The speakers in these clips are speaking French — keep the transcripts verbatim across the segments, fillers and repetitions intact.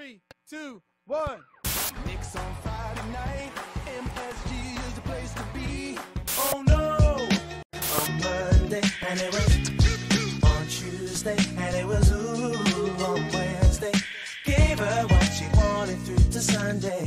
three, two, one. Knicks on Friday night, M S G is the place to be. Oh no! On Monday, and it was on Tuesday, and it was ooh on Wednesday. Gave her what she wanted through to Sunday.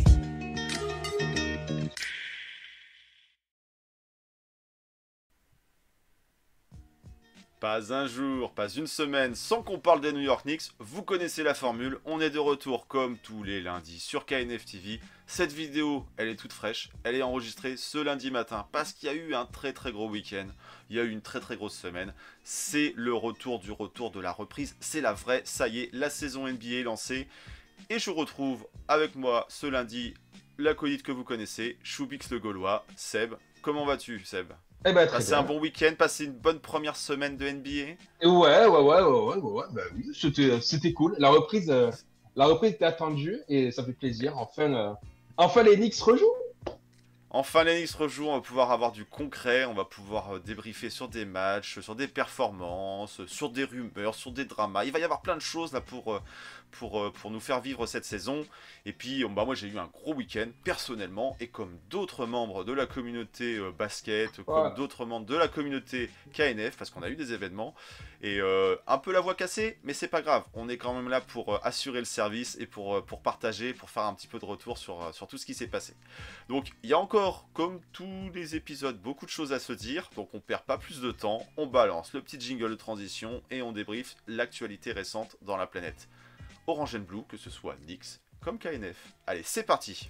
Pas un jour, pas une semaine sans qu'on parle des New York Knicks, vous connaissez la formule, on est de retour comme tous les lundis sur K N F T V. Cette vidéo, elle est toute fraîche, elle est enregistrée ce lundi matin parce qu'il y a eu un très très gros week-end, il y a eu une très très grosse semaine. C'est le retour du retour de la reprise, c'est la vraie, ça y est, la saison N B A est lancée. Et je retrouve avec moi ce lundi l'acolyte que vous connaissez, Choubix le Gaulois, Seb. Comment vas-tu, Seb ? Eh ben, très Passer bien. un bon week-end, passer une bonne première semaine de N B A. Ouais, ouais, ouais, ouais, ouais, ouais, ouais, bah oui, c'était, c'était cool. La reprise, euh, la reprise était attendue et ça fait plaisir. Enfin, euh, enfin les Knicks rejouent. Enfin, les Knicks rejouent, on va pouvoir avoir du concret, on va pouvoir euh, débriefer sur des matchs, sur des performances, sur des rumeurs, sur des dramas. Il va y avoir plein de choses là pour, euh, pour, euh, pour nous faire vivre cette saison. Et puis, euh, bah, moi j'ai eu un gros week-end personnellement, et comme d'autres membres de la communauté euh, basket, comme Ouais. d'autres membres de la communauté K N F, parce qu'on a eu des événements, et euh, un peu la voix cassée, mais c'est pas grave. On est quand même là pour euh, assurer le service et pour, euh, pour partager, pour faire un petit peu de retour sur, euh, sur tout ce qui s'est passé. Donc il y a encore, comme tous les épisodes, beaucoup de choses à se dire, donc on perd pas plus de temps, on balance le petit jingle de transition et on débriefe l'actualité récente dans la planète Orange and Blue, que ce soit Knicks comme K N F. Allez, c'est parti.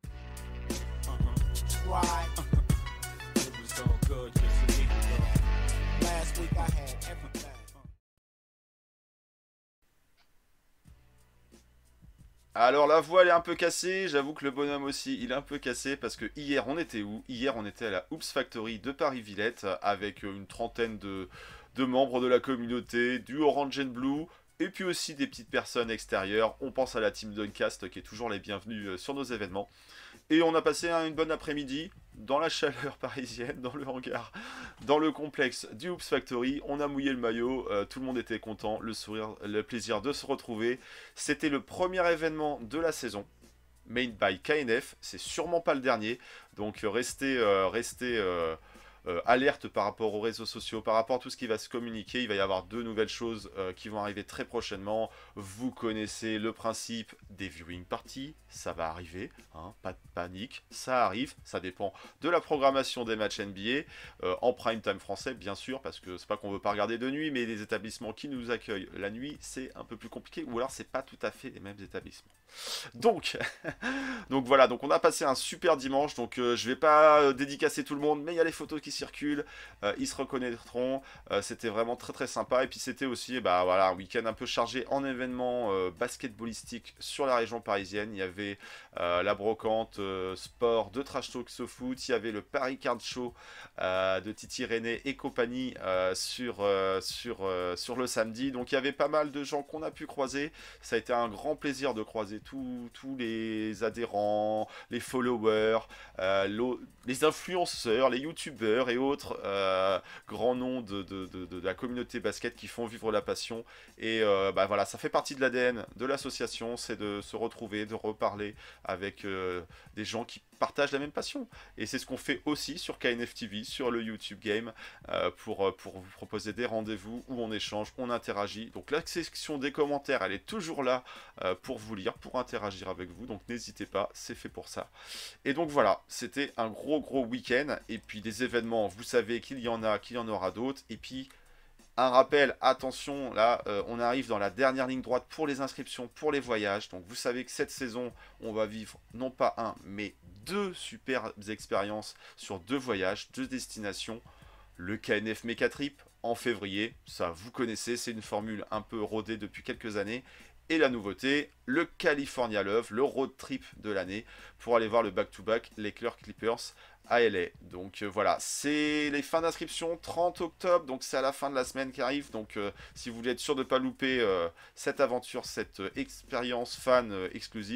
Alors la voix elle est un peu cassée, j'avoue que le bonhomme aussi il est un peu cassé parce que hier on était où? Hier on était à la Hoops Factory de Paris-Villette avec une trentaine de, de membres de la communauté, du Orange and Blue et puis aussi des petites personnes extérieures. On pense à la team Duncast qui est toujours les bienvenus sur nos événements. Et on a passé une bonne après-midi dans la chaleur parisienne, dans le hangar, dans le complexe du Hoops Factory. On a mouillé le maillot, euh, tout le monde était content, le sourire, le plaisir de se retrouver. C'était le premier événement de la saison, made by K N F, c'est sûrement pas le dernier. Donc restez, euh, restez euh, euh, alerte par rapport aux réseaux sociaux, par rapport à tout ce qui va se communiquer. Il va y avoir deux nouvelles choses euh, qui vont arriver très prochainement. Vous connaissez le principe des viewing parties, ça va arriver, hein, pas de panique, ça arrive, ça dépend de la programmation des matchs N B A, euh, en prime time français bien sûr, parce que c'est pas qu'on veut pas regarder de nuit, mais les établissements qui nous accueillent la nuit, c'est un peu plus compliqué, ou alors c'est pas tout à fait les mêmes établissements. Donc, donc voilà, donc on a passé un super dimanche, donc euh, je vais pas euh, dédicacer tout le monde, mais il y a les photos qui circulent, euh, ils se reconnaîtront, euh, c'était vraiment très très sympa, et puis c'était aussi bah, voilà, un week-end un peu chargé en événements euh, basketballistiques sur la région parisienne. Il y avait euh, la brocante euh, sport de Trash Talk So Foot, il y avait le Paris Card Show euh, de Titi René et compagnie euh, sur, euh, sur, euh, sur le samedi, donc il y avait pas mal de gens qu'on a pu croiser. Ça a été un grand plaisir de croiser tous les adhérents, les followers, euh, les influenceurs, les youtubeurs et autres euh, grands noms de, de, de, de la communauté basket qui font vivre la passion. Et euh, bah voilà, ça fait partie de l'A D N de l'association, c'est de se retrouver, de reparler avec euh, des gens qui partagent la même passion. Et c'est ce qu'on fait aussi sur K N F T V, sur le YouTube Game, euh, pour, pour vous proposer des rendez-vous où on échange, on interagit. Donc la section des commentaires, elle est toujours là euh, pour vous lire, pour interagir avec vous. Donc n'hésitez pas, c'est fait pour ça. Et donc voilà, c'était un gros gros week-end. Et puis des événements, vous savez qu'il y en a, qu'il y en aura d'autres. Et puis un rappel, attention, là, euh, on arrive dans la dernière ligne droite pour les inscriptions, pour les voyages. Donc vous savez que cette saison, on va vivre non pas un, mais deux superbes expériences sur deux voyages, deux destinations. Le K N F Mecha Trip en février, ça vous connaissez, c'est une formule un peu rodée depuis quelques années. Et la nouveauté, le California Love, le road trip de l'année, pour aller voir le back-to-back Lakers Clippers à L A. Donc euh, voilà, c'est les fins d'inscription trente octobre, donc c'est à la fin de la semaine qui arrive. Donc euh, si vous voulez être sûr de ne pas louper euh, cette aventure, cette euh, expérience fan euh, exclusive,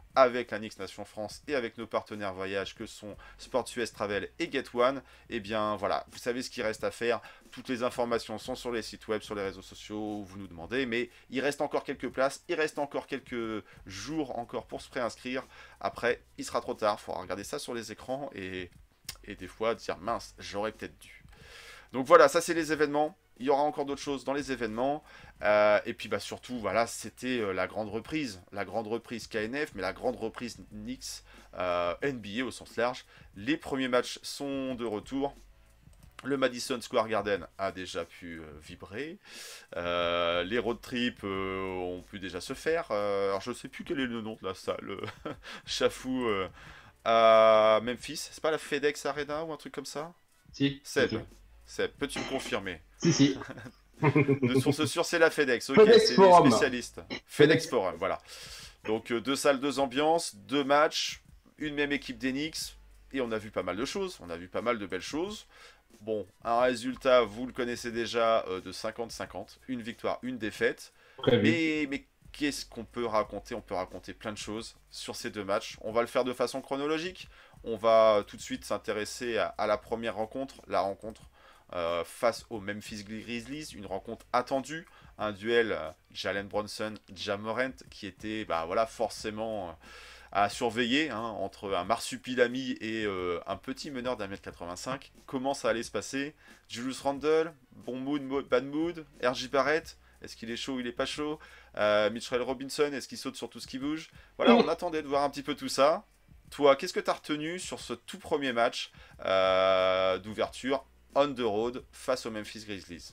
avec la Nix Nation France et avec nos partenaires voyage que sont Sports U S Travel et Get One, et bien voilà, vous savez ce qu'il reste à faire. Toutes les informations sont sur les sites web, sur les réseaux sociaux, où vous nous demandez, mais il reste encore quelques places, il reste encore quelques jours encore pour se préinscrire. Après, il sera trop tard, il faudra regarder ça sur les écrans et, et des fois dire mince, j'aurais peut-être dû. Donc voilà, ça c'est les événements. Il y aura encore d'autres choses dans les événements. Euh, et puis bah, surtout, voilà, c'était euh, la grande reprise. La grande reprise K N F, mais la grande reprise Knicks, euh, N B A au sens large. Les premiers matchs sont de retour. Le Madison Square Garden a déjà pu euh, vibrer. Euh, les road trips euh, ont pu déjà se faire. Euh, alors je ne sais plus quel est le nom de la salle. Chafou euh, à Memphis. C'est pas la FedEx Arena ou un truc comme ça? Si. Seb, Ok. Seb, peux-tu me confirmer? Si, si. De source sûre, c'est la FedEx. Ok, FedEx c'est les Forum. spécialistes. FedEx Forum, voilà. Donc euh, deux salles, deux ambiances, deux matchs, une même équipe d'Enix. Et on a vu pas mal de choses. On a vu pas mal de belles choses. Bon, un résultat, vous le connaissez déjà, euh, de cinquante cinquante. Une victoire, une défaite. Prévu. Mais, mais qu'est-ce qu'on peut raconter? On peut raconter plein de choses sur ces deux matchs. On va le faire de façon chronologique. On va tout de suite s'intéresser à, à la première rencontre. La rencontre euh, face aux Memphis Grizzlies. Une rencontre attendue. Un duel euh, Jalen Brunson, Ja Morant, qui était bah, voilà, forcément... Euh, à surveiller, hein, entre un marsupilami et euh, un petit meneur d'un mètre quatre-vingt-cinq. Comment ça allait se passer? Julius Randle, bon mood, mo- bad mood. R J Barrett, est-ce qu'il est chaud ou il est pas chaud? euh, Mitchell Robinson, est-ce qu'il saute sur tout ce qui bouge? Voilà, on attendait de voir un petit peu tout ça. Toi, qu'est-ce que tu as retenu sur ce tout premier match euh, d'ouverture on the road face aux Memphis Grizzlies?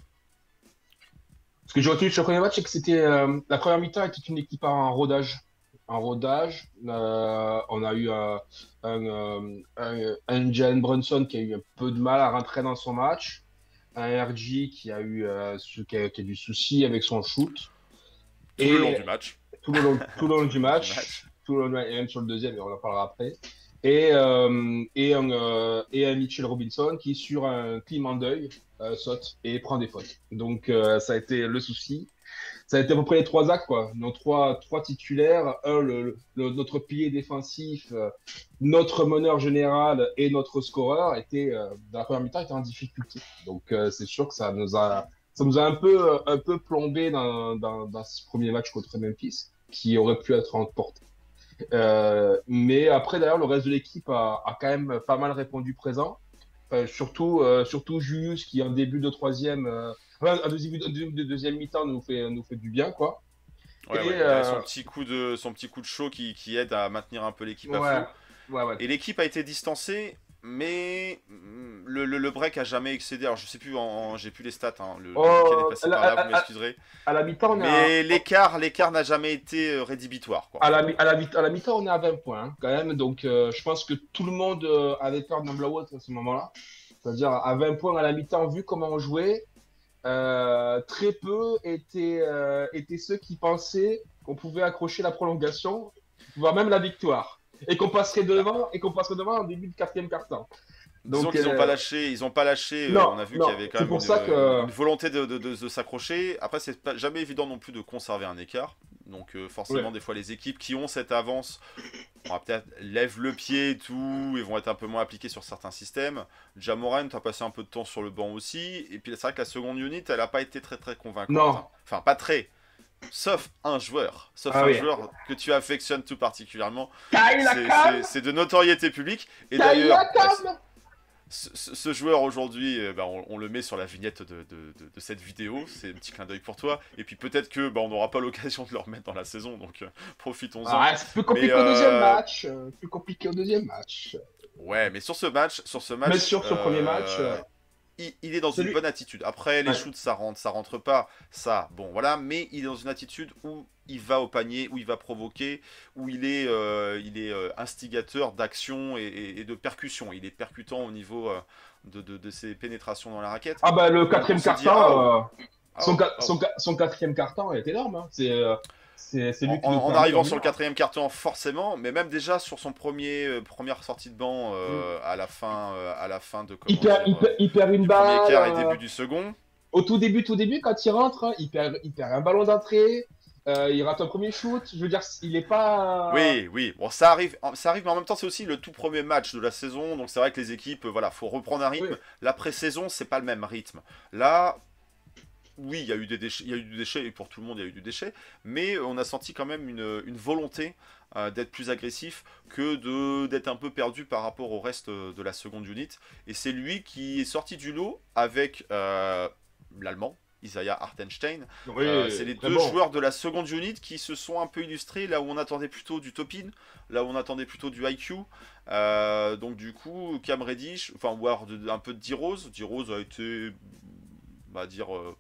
Ce que j'ai retenu sur le premier match, c'est que c'était euh, la première mi-temps était une équipe en rodage. En rodage, euh, on a eu euh, un, euh, un, un Jalen Brunson qui a eu un peu de mal à rentrer dans son match, un R J qui a eu euh, ce- qui a, qui a du souci avec son shoot. Tout Et le long du match. tout le long, tout le long du match, Du match. tout le long, et même sur le deuxième, mais on en parlera après. Et, euh, et, un, euh, et un Mitchell Robinson qui, sur un clim en deuil, euh, saute et prend des fautes. Donc, euh, ça a été le souci. Ça a été à peu près les trois actes, quoi. Nos trois, trois titulaires. Un, le, le- notre pilier défensif, euh, notre meneur général et notre scoreur étaient, euh, dans la première mi-temps, étaient en difficulté. Donc, euh, c'est sûr que ça nous a, ça nous a un peu, euh, un peu plombé dans, dans, dans ce premier match contre Memphis, qui aurait pu être emporté. Euh, mais après, d'ailleurs, le reste de l'équipe a, a quand même pas mal répondu présent. Euh, surtout, euh, surtout Julius qui en début de troisième, euh, enfin, en deuxième, de, de deuxième mi-temps nous fait, nous fait du bien, quoi. Ouais, Et, ouais, il a euh, son petit coup de, son petit coup de chaud qui, qui aide à maintenir un peu l'équipe à ouais, flot. ouais, ouais. Et l'équipe a été distancée, mais mm, le, le, le break a jamais excédé. Alors je sais plus, en, en- j'ai plus les stats. Hein. Le, le Oh, week-end est passé la- par là, la- vous la- m'excuserez. À la mi-temps, on est à, Mais l'écart, l'écart n'a jamais été euh, rédhibitoire, quoi. à la, mi- à la, mi- à la mi-temps, on est à vingt points, hein, quand même. Donc, euh, je pense que tout le monde euh, avait peur d'un blowout à ce moment-là. C'est-à-dire, à vingt points à la mi-temps, vu comment on jouait, euh, très peu étaient, euh, étaient ceux qui pensaient qu'on pouvait accrocher la prolongation, voire même la victoire. Et qu'on passerait devant, et qu'on passerait devant en début de quatrième quart-temps. Disons Donc, qu'ils n'ont euh, pas lâché, ils ont pas lâché. euh, non, on a vu non, qu'il y avait quand c'est même pour une, ça que- une volonté de, de, de- de s'accrocher. Après, c'est pas jamais évident non plus de conserver un écart. Donc euh, forcément, Ouais. des fois, les équipes qui ont cette avance, on va peut-être lèvent le pied et tout, et vont être un peu moins appliquées sur certains systèmes. Ja Morant a passé un peu de temps sur le banc aussi. Et puis c'est vrai que la seconde unit, elle n'a pas été très très convaincante. Non. Enfin, pas très. Sauf un joueur, sauf Ah un oui. joueur que tu affectionnes tout particulièrement. Kyle C'est- Lakam C'est c'est de notoriété publique. Et Kyle d'ailleurs, Lakam ce, ce- ce joueur aujourd'hui, euh, bah, on, on le met sur la vignette de, de- de- de cette vidéo. C'est un petit clin d'œil pour toi. Et puis peut-être que bah, on n'aura pas l'occasion de le remettre dans la saison, donc euh, profitons-en. Ah, c'est plus compliqué Mais, au deuxième euh, match. euh, Plus compliqué au deuxième match. Ouais, mais sur ce match, sur ce match, Mais sur ce premier match, euh, il, il est dans celui- une bonne attitude. Après, les Ouais. shoots, ça rentre, ça rentre pas, ça, bon, voilà. Mais il est dans une attitude où il va au panier, où il va provoquer, où il est, euh, il est euh, instigateur d'action et, et- et de percussion. Il est percutant au niveau euh, de, de- de ses pénétrations dans la raquette. Ah bah le quatrième on se dit, quart-temps, euh, Ah, son, oh, qua- oh. son, qua- son quatrième quart-temps est énorme. Hein. C'est euh, c'est c'est lui En, qui nous en permet arrivant de sur le revenir. quatrième carton, forcément, mais même déjà sur son premier euh, première sortie de banc euh, à la fin, euh, à la fin de comment Il perd, dire, il, perd, il perd une du premier balle. quart et euh, début du second. Au tout début, tout début, quand il rentre, hein, il perd, il perd un ballon d'entrée. Euh, il rate un premier shoot. Je veux dire, il est pas. Oui, oui. Bon, ça arrive, ça arrive, mais en même temps, c'est aussi le tout premier match de la saison. Donc, c'est vrai que les équipes, euh, voilà, faut reprendre un rythme. Oui. La pré-saison, c'est pas le même rythme. Là, oui, il y a eu des déchets, il y a eu du déchet, et pour tout le monde, il y a eu du déchet. Mais on a senti quand même une, une volonté euh, d'être plus agressif que de d'être un peu perdu par rapport au reste de la seconde unit. Et c'est lui qui est sorti du lot avec euh, l'Allemand. Isaiah Hartenstein. Oui, Euh, c'est les très deux bon. joueurs de la seconde unit qui se sont un peu illustrés là où on attendait plutôt du top-in, là où on attendait plutôt du I Q. Euh, donc du coup, Cam Reddish, enfin, voire de- un peu de D-Rose. D-Rose a été, on va dire, euh,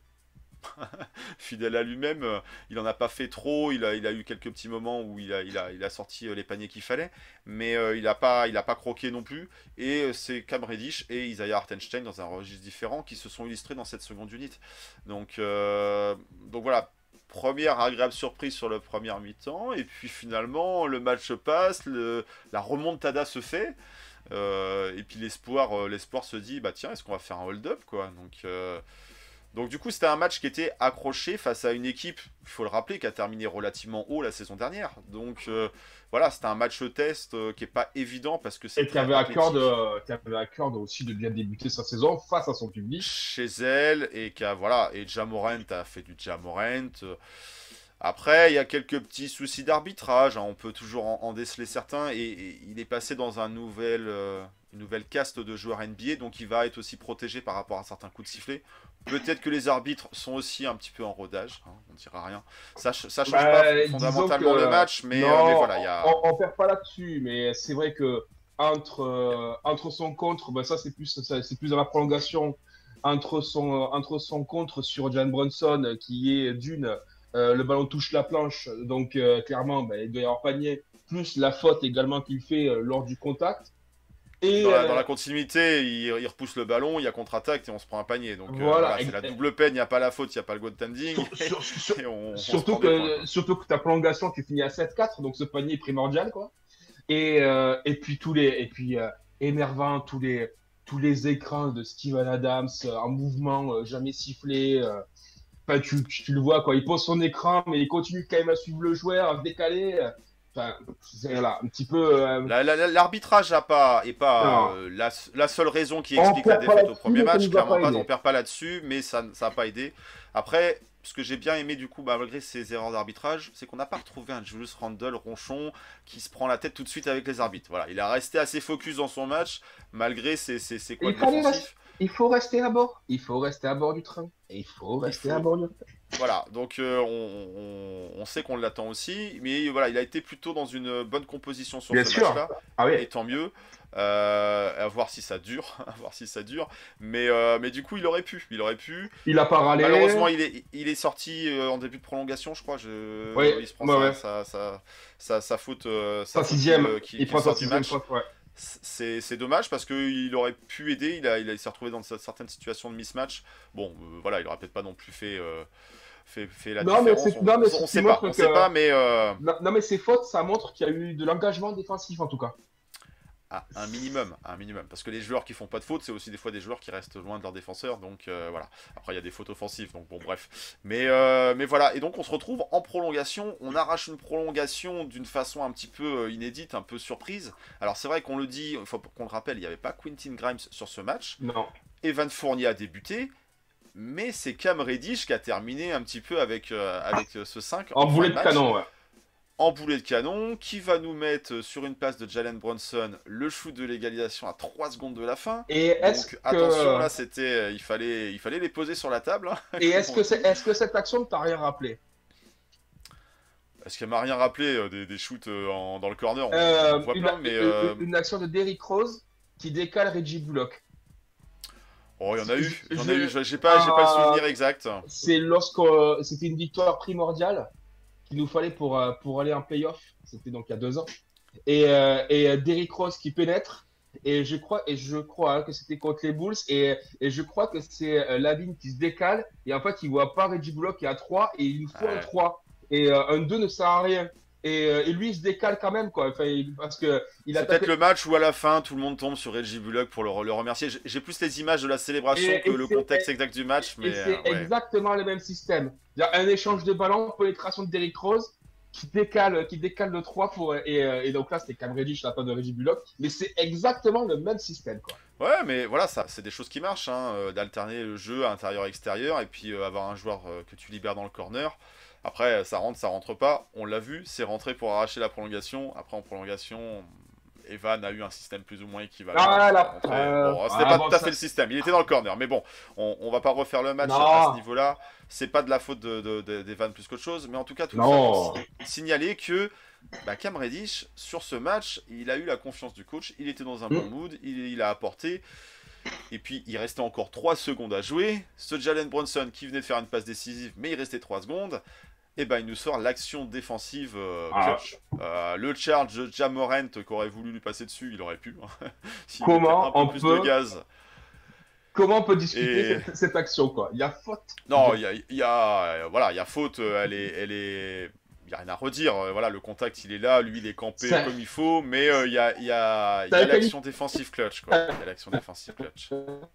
fidèle à lui-même. Euh, Il en a pas fait trop. Il a, il a eu quelques petits moments où il a, il a, il a sorti euh, les paniers qu'il fallait, mais euh, il a pas, il a pas croqué non plus. Et euh, c'est Cam Reddish et Isaiah Hartenstein dans un registre différent qui se sont illustrés dans cette seconde unit. Donc, euh, donc voilà. Première agréable surprise sur le premier mi-temps, et puis finalement le match passe, le, la remontada se fait, euh, et puis l'espoir, euh, l'espoir se dit bah tiens, est-ce qu'on va faire un hold-up quoi. Donc euh, donc du coup, c'était un match qui était accroché face à une équipe, il faut le rappeler, qui a terminé relativement haut la saison dernière. Donc euh, voilà, c'était un match test euh, qui est pas évident parce que c'est Et qui très avait, à cœur athlétique de, qui avait à cœur de, aussi de bien débuter sa saison face à son public. chez elle et qui a voilà et Ja Morant a fait du Ja Morant. Après, il y a quelques petits soucis d'arbitrage, hein, on peut toujours en, en déceler certains, et, et il est passé dans un nouvel, euh, une nouvelle caste de joueurs N B A, donc il va être aussi protégé par rapport à certains coups de sifflet. Peut-être que les arbitres sont aussi un petit peu en rodage, hein, on ne dira rien. Ça, ça change Bah, pas fondamentalement que, le match, mais, non, euh, mais voilà, il y a... on, on perd pas là-dessus, mais c'est vrai que entre, euh, entre son contre, bah, ça c'est plus, ça, c'est plus dans la prolongation, entre son, entre son contre sur Jalen Brunson, qui est d'une, euh, le ballon touche la planche, donc euh, clairement, bah, il doit y avoir panier, plus la faute également qu'il fait euh, lors du contact. Et Dans la, euh, dans la continuité, il, il repousse le ballon, il y a contre-attaque et on se prend un panier. Donc euh, voilà, voilà, c'est la double peine, il n'y a pas la faute, il n'y a pas le goaltending. sur- sur- sur- Et on, on se surtout prend des points, que, quoi. surtout que ta prolongation, tu finis à sept quatre, donc ce panier est primordial, quoi. Et, euh, et puis tous les et puis euh, énervant tous les tous les écrans de Steven Adams euh, en mouvement, euh, jamais sifflé. euh. Enfin, tu, tu, tu le vois quoi, il pose son écran mais il continue quand même à suivre le joueur, à se décaler. euh. Enfin, c'est voilà, un petit peu. euh, La- la- la- L'arbitrage n'a pas, est pas non. euh, la, la seule raison qui On explique la perd pas défaite au là-dessus, premier mais ça match, nous a clairement pas pas, aidé. on perd pas là-dessus, mais ça n'a pas aidé. Après, ce que j'ai bien aimé du coup, bah, malgré ces erreurs d'arbitrage, c'est qu'on n'a pas retrouvé un Julius Randle ronchon qui se prend la tête tout de suite avec les arbitres. Voilà, il a resté assez focus dans son match, malgré ses, ses, ses quoi Il fallait défensifs. rester- il faut rester à bord. Il faut rester à bord du train. Et il faut rester faut- à bord du train. Voilà, donc euh, on, on- on sait qu'on l'attend aussi, mais voilà, il a été plutôt dans une bonne composition sur Bien ce sûr. match-là, Ah et oui. tant mieux. Euh, à voir si ça dure, à voir si ça dure. Mais, euh, mais du coup, il aurait pu, il aurait pu. Il a pas râlé. Malheureusement, il est, il est sorti euh, en début de prolongation, je crois. Je... Oui, il se prend ouais, sa, ouais. sa, sa, sa- sa faute, euh, Sa faute sixième. qui, qui- Il qui prend sort sa du sixième match. faute, ouais. C'est c'est dommage parce qu'il aurait pu aider. Il, a, il, a, il s'est retrouvé dans certaines situations de mismatch. Bon, euh, voilà, il aurait peut-être pas non plus fait, euh, fait, fait la Non, mais différence. c'est- On, non, mais on- c'est on ce sait qui pas, montre on que- sait pas, mais euh, Non, non, mais ces fautes, ça montre qu'il y a eu de l'engagement défensif en tout cas. à un minimum, à un minimum. Parce que les joueurs qui font pas de faute, c'est aussi des fois des joueurs qui restent loin de leur défenseur. Donc euh, voilà. Après, il y a des fautes offensives. Donc bon, bref. Mais, euh, mais voilà. Et donc, on se retrouve en prolongation. On arrache une prolongation d'une façon un petit peu euh, inédite, un peu surprise. Alors, c'est vrai qu'on le dit, il faut qu'on le rappelle, il n'y avait pas Quentin Grimes sur ce match. Non. Evan Fournier a débuté. Mais c'est Cam Reddish qui a terminé un petit peu avec, euh, avec ce cinq. En fin boulet de match. canon, ouais. En boulet de canon, qui va nous mettre sur une passe de Jalen Brunson le shoot de l'égalisation à trois secondes de la fin. Et est-ce Donc que attention, là c'était, il fallait, il fallait les poser sur la table. Hein. et est-ce que c'est, est-ce que cette action ne t'a rien rappelé? Est-ce qu'elle m'a rien rappelé euh, des, des shoots euh, en- dans le corner, on, Euh, on voit une, plein, mais une- euh, une action de Derrick Rose qui décale Reggie Bullock. oh il y en a eu, il y en a je- eu. J'ai pas, j'ai pas le Ah. souvenir exact. C'est lorsque euh, c'était une victoire primordiale qu'il nous fallait pour, euh, pour aller en playoff. C'était donc il y a deux ans. Et, euh, et euh, Derrick Rose qui pénètre. Et je crois, et je crois hein, que c'était contre les Bulls. Et, et je crois que c'est euh, Lavine qui se décale. Et en fait, il voit pas Reggie Bullock qui est à trois. Et il nous faut Ouais. un trois. Et euh, un deux ne sert à rien. Et, euh, et lui, il se décale quand même, quoi. Enfin, il- parce que il a C'est peut-être tapé. le match où à la fin tout le monde tombe sur Reggie Bullock pour le, le remercier. J'ai j'ai plus les images de la célébration Et, que et le c'est contexte exact du match, et mais c'est euh, ouais. exactement le même système. C'est-à-dire un échange de ballon, pénétration de Derrick Rose, qui décale, qui décale le trois pour. Et, euh, et donc là, c'était Cam Reddish, la part de Reggie Bullock. Mais c'est exactement le même système, quoi. Ouais, mais voilà, ça, c'est des choses qui marchent, hein, euh, d'alterner le jeu intérieur-extérieur et puis euh, avoir un joueur euh, que tu libères dans le corner. Après, ça rentre, ça rentre pas. On l'a vu, c'est rentré pour arracher la prolongation. Après, en prolongation, Evan a eu un système plus ou moins équivalent. Ah, C'est là, rentré- euh, Bon, c'était ah, pas bon, tout à ça- fait le système. Il était dans le corner, mais bon, on, on va pas refaire le match Non. à ce niveau-là. C'est pas de la faute de, de- de- d'Evan plus qu'autre chose, mais en tout cas, tout ça Non. pour si- signaler que bah, Cam Reddish, sur ce match, il a eu la confiance du coach. Il était dans un bon Mm. mood, il, il a apporté. Et puis, il restait encore trois secondes à jouer. Ce Jalen Brunson qui venait de faire une passe décisive, mais il restait trois secondes. Et ben, il nous sort l'action défensive euh, Ah. clutch. Euh, le charge de Ja Morant qui aurait voulu lui passer dessus, il aurait pu. hein. S'il Comment mettait un peu on plus peut- de gaz. Comment on peut discuter Et- cette, cette action, quoi? Il y a faute. Non, il y a, il y a, euh, voilà, il y a faute. euh, Elle est, elle est. Il n'y a rien à redire. euh, Voilà, le contact, il est là. Lui, il est campé Ça- comme il faut. Mais euh, il y a, il y a, il y Ça a a été l'action défensive clutch. Quoi. Il y a l'action défensive clutch.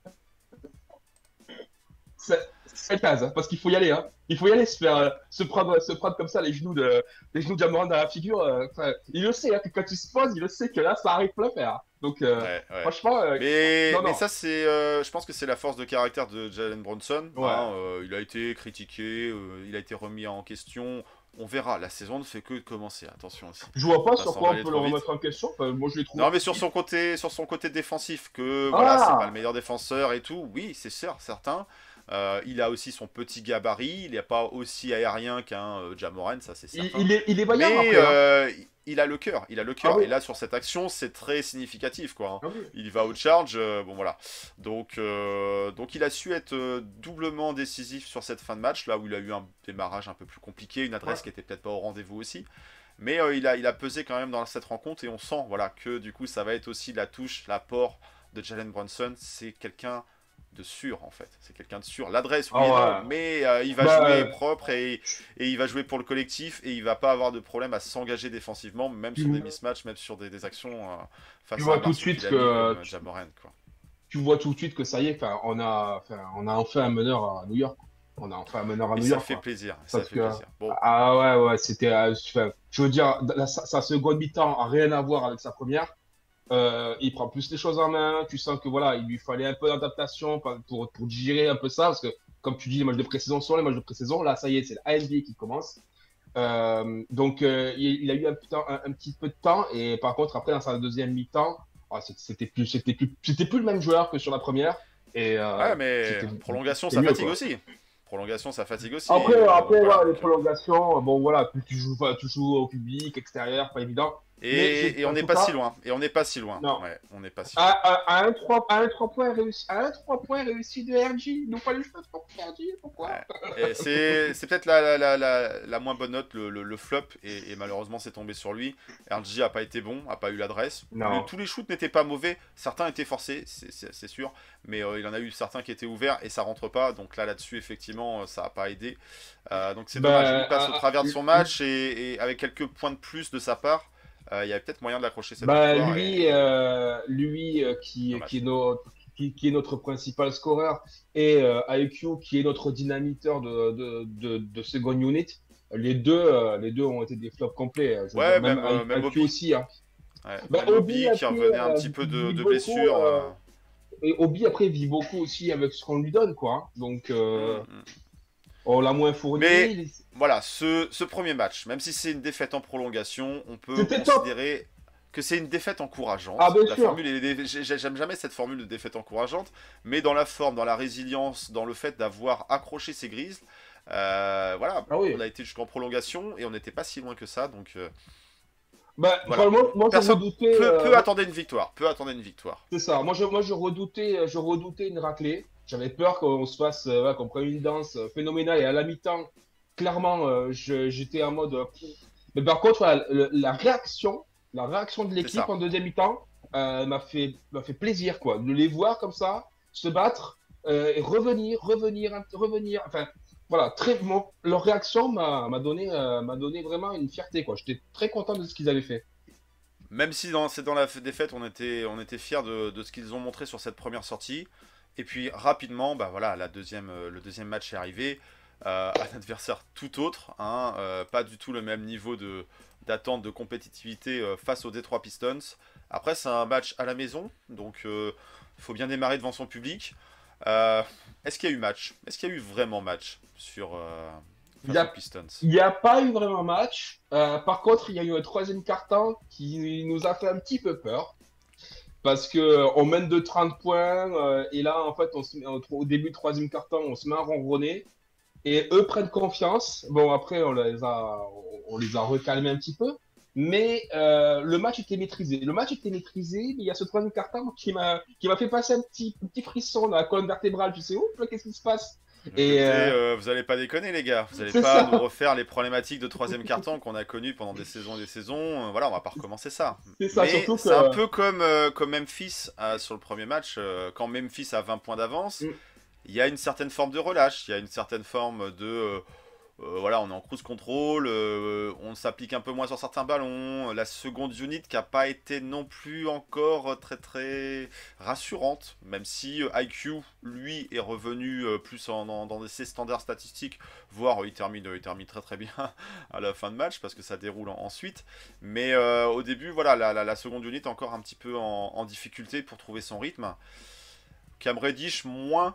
C'est c'est case, hein, parce qu'il faut y aller. Hein. Il faut y aller se faire euh, se prendre, se prendre comme ça les genoux de les genoux de Jamoran dans la figure. euh, enfin, il le sait, hein, que quand il se pose, il le sait que là, ça arrive pas à faire. Donc, euh, Ouais, ouais. franchement, euh, Mais, non, mais non. ça, c'est, euh, je pense que c'est la force de caractère de Jalen Brunson. Ouais. hein, euh, il a été critiqué, euh, il a été remis en question. On verra. La saison ne fait que commencer. Attention aussi. je vois pas Ça sur s'en quoi va on aller peut le trop vite. remettre en question. Enfin, moi, je l'ai trouvé. Non, mais sur son côté, sur son côté défensif, que voilà, Ah. c'est pas le meilleur défenseur et tout. Oui, c'est sûr, certain. Euh, il a aussi son petit gabarit. Il n'est pas aussi aérien qu'un euh, Ja Morant, ça c'est il, certain. il est, il est vaillant Mais après. hein. euh, il a le cœur, il a le cœur. Ah oui. Et là, sur cette action, c'est très significatif, quoi. hein. Ah oui. Il va au charge, euh, bon voilà. Donc, euh, donc il a su être euh, doublement décisif sur cette fin de match, là où il a eu un démarrage un peu plus compliqué, une adresse Ouais. qui était peut-être pas au rendez-vous aussi. Mais euh, il, a, il a pesé quand même dans cette rencontre et on sent voilà, que du coup ça va être aussi la touche, l'apport de Jalen Brunson. C'est quelqu'un de sûr en fait. C'est quelqu'un de sûr. L'adresse, oui Ah et ouais. non, mais euh, il va Bah, jouer euh, propre et, et il va jouer pour le collectif et il va pas avoir de problème à s'engager défensivement, même sur Tu- des mismatchs, même sur des, des actions euh, face Tu à vois un tout de suite Marsupilami que- comme, euh, Ja Morant, quoi. Tu vois tout de suite que ça y est, enfin, on a, enfin, on a enfin un meneur à New York. On a enfin un meneur à Et New ça York. fait quoi. plaisir. Ça Parce fait que- plaisir. Bon, Ah ouais, ouais, c'était. euh, enfin, je veux dire, la- sa, sa seconde mi-temps a rien à voir avec sa première. Euh, il prend plus les choses en main. Tu sens que voilà, il lui fallait un peu d'adaptation pour, pour, pour digérer un peu ça. Parce que, comme tu dis, les matchs de pré-saison sont les matchs de pré-saison. Là, ça y est, c'est la N B A qui commence. Euh, donc, euh, il, il a eu un, petit- un, un petit peu de temps. Et par contre, après, dans sa deuxième mi-temps, ah, c'est- c'était plus, c'était plus, c'était plus le même joueur que sur la première. Et, euh, ouais, mais c'était- prolongation, c'était ça mieux, fatigue quoi. aussi. Prolongation, ça fatigue aussi. Après, Euh, après donc, voilà, voilà. les prolongations, bon voilà, plus tu joues, enfin, tu joues au public, extérieur, pas évident. Mais Et, j'ai- et on en n'est tout pas cas- si loin. Et on n'est pas si loin. Non. Ouais, on n'est pas si loin. À, à, à un trois à un trois points réussi, à un trois points réussi de R G, nous pas le choix pour R G, pourquoi Ouais. Et c'est c'est peut-être la, la, la, la, la moins bonne note, le, le, le flop, et, et malheureusement c'est tombé sur lui. R J a pas été bon, a pas eu l'adresse. Non. Le- Tous les shoots n'étaient pas mauvais, certains étaient forcés, c'est- c'est c'est sûr, mais euh, il en a eu certains qui étaient ouverts et ça rentre pas, donc là là-dessus effectivement ça a pas aidé. Euh, donc c'est Bah, dommage, il passe au euh, travers de euh, son match et, et avec quelques points de plus de sa part, euh, il y avait peut-être moyen de l'accrocher cette Bah victoire. lui, et- euh, lui euh, qui, Dommage. qui, est notre, qui, qui est notre principal scoreur et euh, I Q qui est notre dynamiteur de, de, de, de second unit, les deux, euh, les deux ont été des flops complets. Je veux Ouais, dire, même, même, euh, I- même I Q Obi. aussi. Hein. Ouais, Bah, même Obi Obi a qui pris, revenait un euh, petit peu de, vit de beaucoup, blessure. euh, euh, Et Obi après vit beaucoup aussi avec ce qu'on lui donne, quoi. hein. Donc euh, mm, mm. on l'a moins fourni. Mais- il- Voilà, ce, ce premier match, même si c'est une défaite en prolongation, on peut C'était top. considérer que c'est une défaite encourageante. Ah, bien La sûr. formule, est- est- j'ai- j'aime jamais cette formule de défaite encourageante, mais dans la forme, dans la résilience, dans le fait d'avoir accroché ses grises, euh, voilà, Ah oui. on a été jusqu'en prolongation et on n'était pas si loin que ça, donc euh, Bah, Voilà. enfin, moi, moi je Personne redoutais. peu, euh, peu attendait une victoire, peu attendait une victoire. C'est ça. Moi je, moi, je redoutais, je redoutais une raclée. J'avais peur qu'on se fasse, euh, ouais, qu'on prenne une danse euh, phénoménale. Et à la mi-temps, clairement, euh, je- j'étais en mode. euh, Mais par contre, voilà, le- la réaction, la réaction de l'équipe ça. en deuxième mi-temps euh, m'a fait, m'a fait plaisir, quoi. De les voir comme ça, se battre euh, et revenir, revenir, revenir. Enfin, voilà, très, mon- leur réaction m'a m'a donné, euh, m'a donné vraiment une fierté, quoi. J'étais très content de ce qu'ils avaient fait. Même si dans, c'est dans la défaite, on était, on était fiers de, de ce qu'ils ont montré sur cette première sortie. Et puis rapidement, bah voilà, la deuxième, euh, le deuxième match est arrivé. Euh, un adversaire tout autre, hein, euh, pas du tout le même niveau de, d'attente, de compétitivité euh, face aux Detroit Pistons. Après, c'est un match à la maison, donc il euh, faut bien démarrer devant son public. Euh, est-ce qu'il y a eu match? Est-ce qu'il y a eu vraiment match sur, euh, Il y face aux a, Pistons? il n'y a pas eu vraiment match. Euh, par contre, il y a eu un troisième quart-temps qui nous a fait un petit peu peur. Parce que euh, on mène de trente points, euh, et là, en fait, on se met, au au début du troisième quart-temps, on se met à ronronner. Et eux prennent confiance. Bon, après, on les a, on les a recalmés un petit peu. Mais euh, le match était maîtrisé. Le match était maîtrisé, mais il y a ce troisième quart-temps qui m'a qui m'a fait passer un petit, un petit frisson dans la colonne vertébrale. Tu sais, ouf, là, qu'est-ce qui se passe? Et Écoutez, euh, euh, vous allez pas déconner les gars, vous allez c'est pas nous ça, refaire les problématiques de troisième carton qu'on a connues pendant des saisons et des saisons. Euh, voilà, on va pas recommencer ça. c'est ça, Mais surtout que. c'est un peu comme, euh, comme Memphis euh, sur le premier match. Euh, quand Memphis a vingt points d'avance, Mm, il y a une certaine forme de relâche, il y a une certaine forme de... euh, euh, voilà, on est en cruise control, euh, on s'applique un peu moins sur certains ballons. La seconde unit qui n'a pas été non plus encore très très rassurante, même si euh, I Q, lui, est revenu euh, plus en, dans, dans ses standards statistiques, voire euh, il, termine, il termine très très bien à la fin de match parce que ça déroule en- ensuite. Mais euh, au début, voilà, la, la, la seconde unit est encore un petit peu en, en difficulté pour trouver son rythme. Cam Reddish, moins,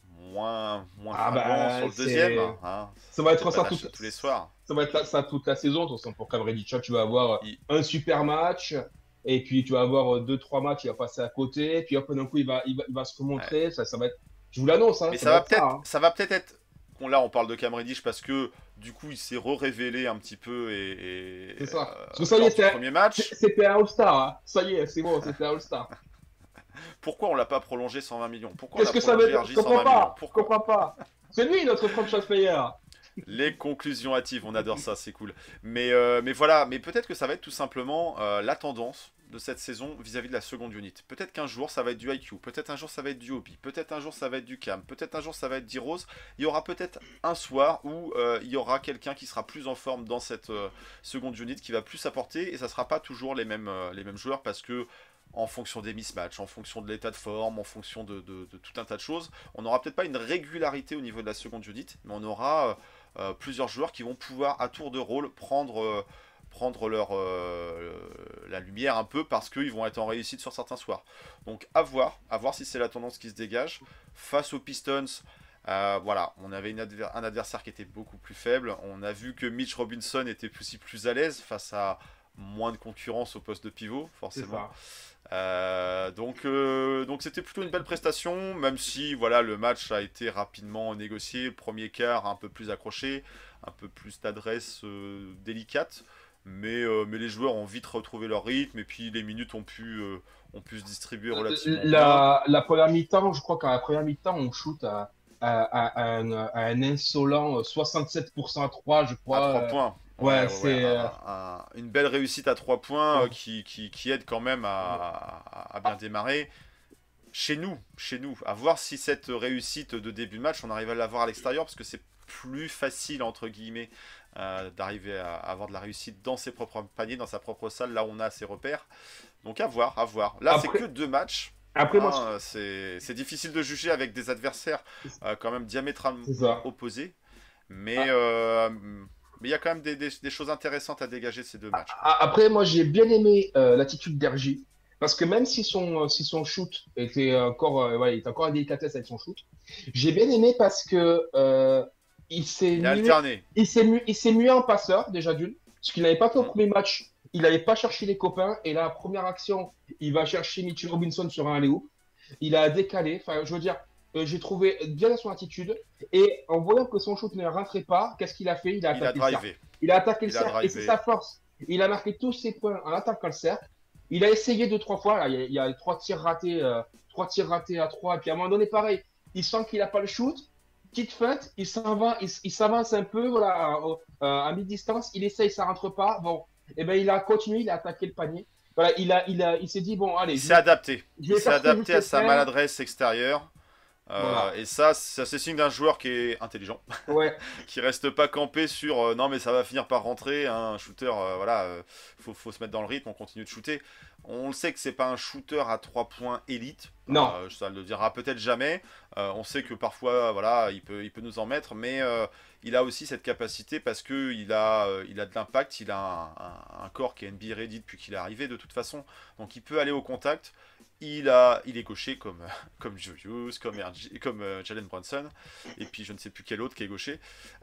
moins, moins Ah fringant sur bah, le deuxième. c'est. Hein. Ça va C'est être pas ça match toute, tous les soirs. ça va être là- ça toute la saison. De toute façon, pour Cam Reddish, tu vas avoir Il- un super match. Et puis, tu vas avoir deux, trois matchs, il va passer à côté. Puis après, d'un coup, il va, il va, il va se ouais. remontrer. Ça, ça va être. Je vous l'annonce, hein, Mais ça ça va va être ça, peut-être, hein. ça va peut-être être. Bon, là, on parle de Cam Reddish parce que du coup, il s'est re-révélé un petit peu et, et, C'est ça. euh, Parce que ça y lors est, du c'est- premier c'est- match. c'était un All-Star, hein. Ça y est, c'est bon, c'était un All-Star. Pourquoi on l'a pas prolongé cent vingt millions? Pourquoi on Qu'est-ce a que ça veut prolongé dire? R J Je comprends cent vingt millions? pas. Je Pourquoi? comprends pas. C'est lui, notre franchise player. Les conclusions hâtives, on adore ça, c'est cool. Mais, euh, mais voilà, mais peut-être que ça va être tout simplement euh, la tendance de cette saison vis-à-vis de la seconde unit. Peut-être qu'un jour ça va être du I Q, peut-être un jour ça va être du Obi, peut-être un jour ça va être du Cam, peut-être un jour ça va être d'Heroes. Il y aura peut-être un soir où euh, il y aura quelqu'un qui sera plus en forme dans cette euh, seconde unit, qui va plus apporter, et ça sera pas toujours les mêmes, euh, les mêmes joueurs parce que en fonction des mismatchs, en fonction de l'état de forme, en fonction de, de- de tout un tas de choses, on n'aura peut-être pas une régularité au niveau de la seconde unit, mais on aura euh, euh, plusieurs joueurs qui vont pouvoir à tour de rôle prendre, euh, prendre leur, euh, la lumière un peu parce qu'ils vont être en réussite sur certains soirs. Donc à voir, à voir si c'est la tendance qui se dégage. Face aux Pistons, euh, voilà, on avait une adver- un adversaire qui était beaucoup plus faible. On a vu que Mitch Robinson était aussi plus à l'aise face à moins de concurrence au poste de pivot, C'est forcément. ça. Euh, donc euh, donc c'était plutôt une belle prestation, même si voilà, le match a été rapidement négocié. Premier quart un peu plus accroché, un peu plus d'adresse euh, délicate, mais, euh, mais les joueurs ont vite retrouvé leur rythme et puis les minutes ont pu, euh, ont pu se distribuer relativement bien. La, la première mi-temps, je crois qu'à la première mi-temps, on shoot à, à, à- à un, à un insolent soixante-sept pour cent à trois, je À crois. trois Euh, points. Ouais, Ouais, ouais, ouais, c'est. euh, un- un- une belle réussite à trois points euh, ouais. qui, qui, qui aide quand même à, à- à bien démarrer. Chez nous, chez nous, à voir si cette réussite de début de match, on arrive à l'avoir à l'extérieur, parce que c'est plus facile, entre guillemets, euh, d'arriver à, à avoir de la réussite dans ses propres paniers, dans sa propre salle, là où on a ses repères. Donc à voir, à voir. Là, c'est Après, que deux matchs. après moi, Hein, c'est c'est difficile de juger avec des adversaires euh, quand même diamétralement c'est ça. opposés. Mais Ah, euh, mais il y a quand même des, des- des choses intéressantes à dégager de ces deux matchs, quoi. ah, Après, moi, j'ai bien aimé euh, l'attitude d'R J. Parce que même si son, euh, si son shoot était encore, euh, ouais, il était encore en délicatesse avec son shoot, j'ai bien aimé parce que euh, il s'est Il a mué, alterné. il s'est mu- il s'est mué en passeur, déjà d'une, ce qu'il n'avait pas fait au Mm. premier match. Il n'allait pas chercher les copains. Et là, première action, il va chercher Mitchell Robinson sur un alley-oop. Il a décalé. Enfin, je veux dire, euh, j'ai trouvé bien son attitude. Et en voyant que son shoot ne rentrait pas, qu'est-ce qu'il a fait? Il a Il a attaqué le cercle. drivé. Il a attaqué le Il a cercle et c'est drivé. sa force. Il a marqué tous ses points en attaquant le cercle. Il a essayé deux, trois fois. Là, il, y a, il y a trois tirs ratés, euh, trois tirs ratés à trois. Et puis à un moment donné, pareil, il sent qu'il n'a pas le shoot. Petite feinte, il s'en va, il, il s'avance un peu, voilà, à, à- à mi-distance. Il essaye, ça rentre pas. Bon, et ben il a continué, il a attaqué le panier. Voilà, il a, il a, il s'est dit bon, allez, Il je s'est vais, adapté. je Il vais s'est faire ce que je adapté à sais sa faire. maladresse extérieure. Euh, Voilà. et ça, ça c'est signe d'un joueur qui est intelligent, Ouais. qui reste pas campé sur euh, non mais ça va finir par rentrer, hein, un shooter, euh, voilà, euh, faut, faut se mettre dans le rythme, on continue de shooter. On le sait que c'est pas un shooter à trois points élite, Non. euh, ça le dira peut-être jamais. Euh, on sait que parfois, voilà, il peut, il peut nous en mettre, mais euh, il a aussi cette capacité parce que il a, euh, il a de l'impact, il a un, un- un corps qui est N B A ready depuis qu'il est arrivé de toute façon, donc il peut aller au contact. Il, a, il est gaucher comme, comme Julius, comme, R J comme euh, Jalen Brunson, et puis je ne sais plus quel autre qui est gaucher.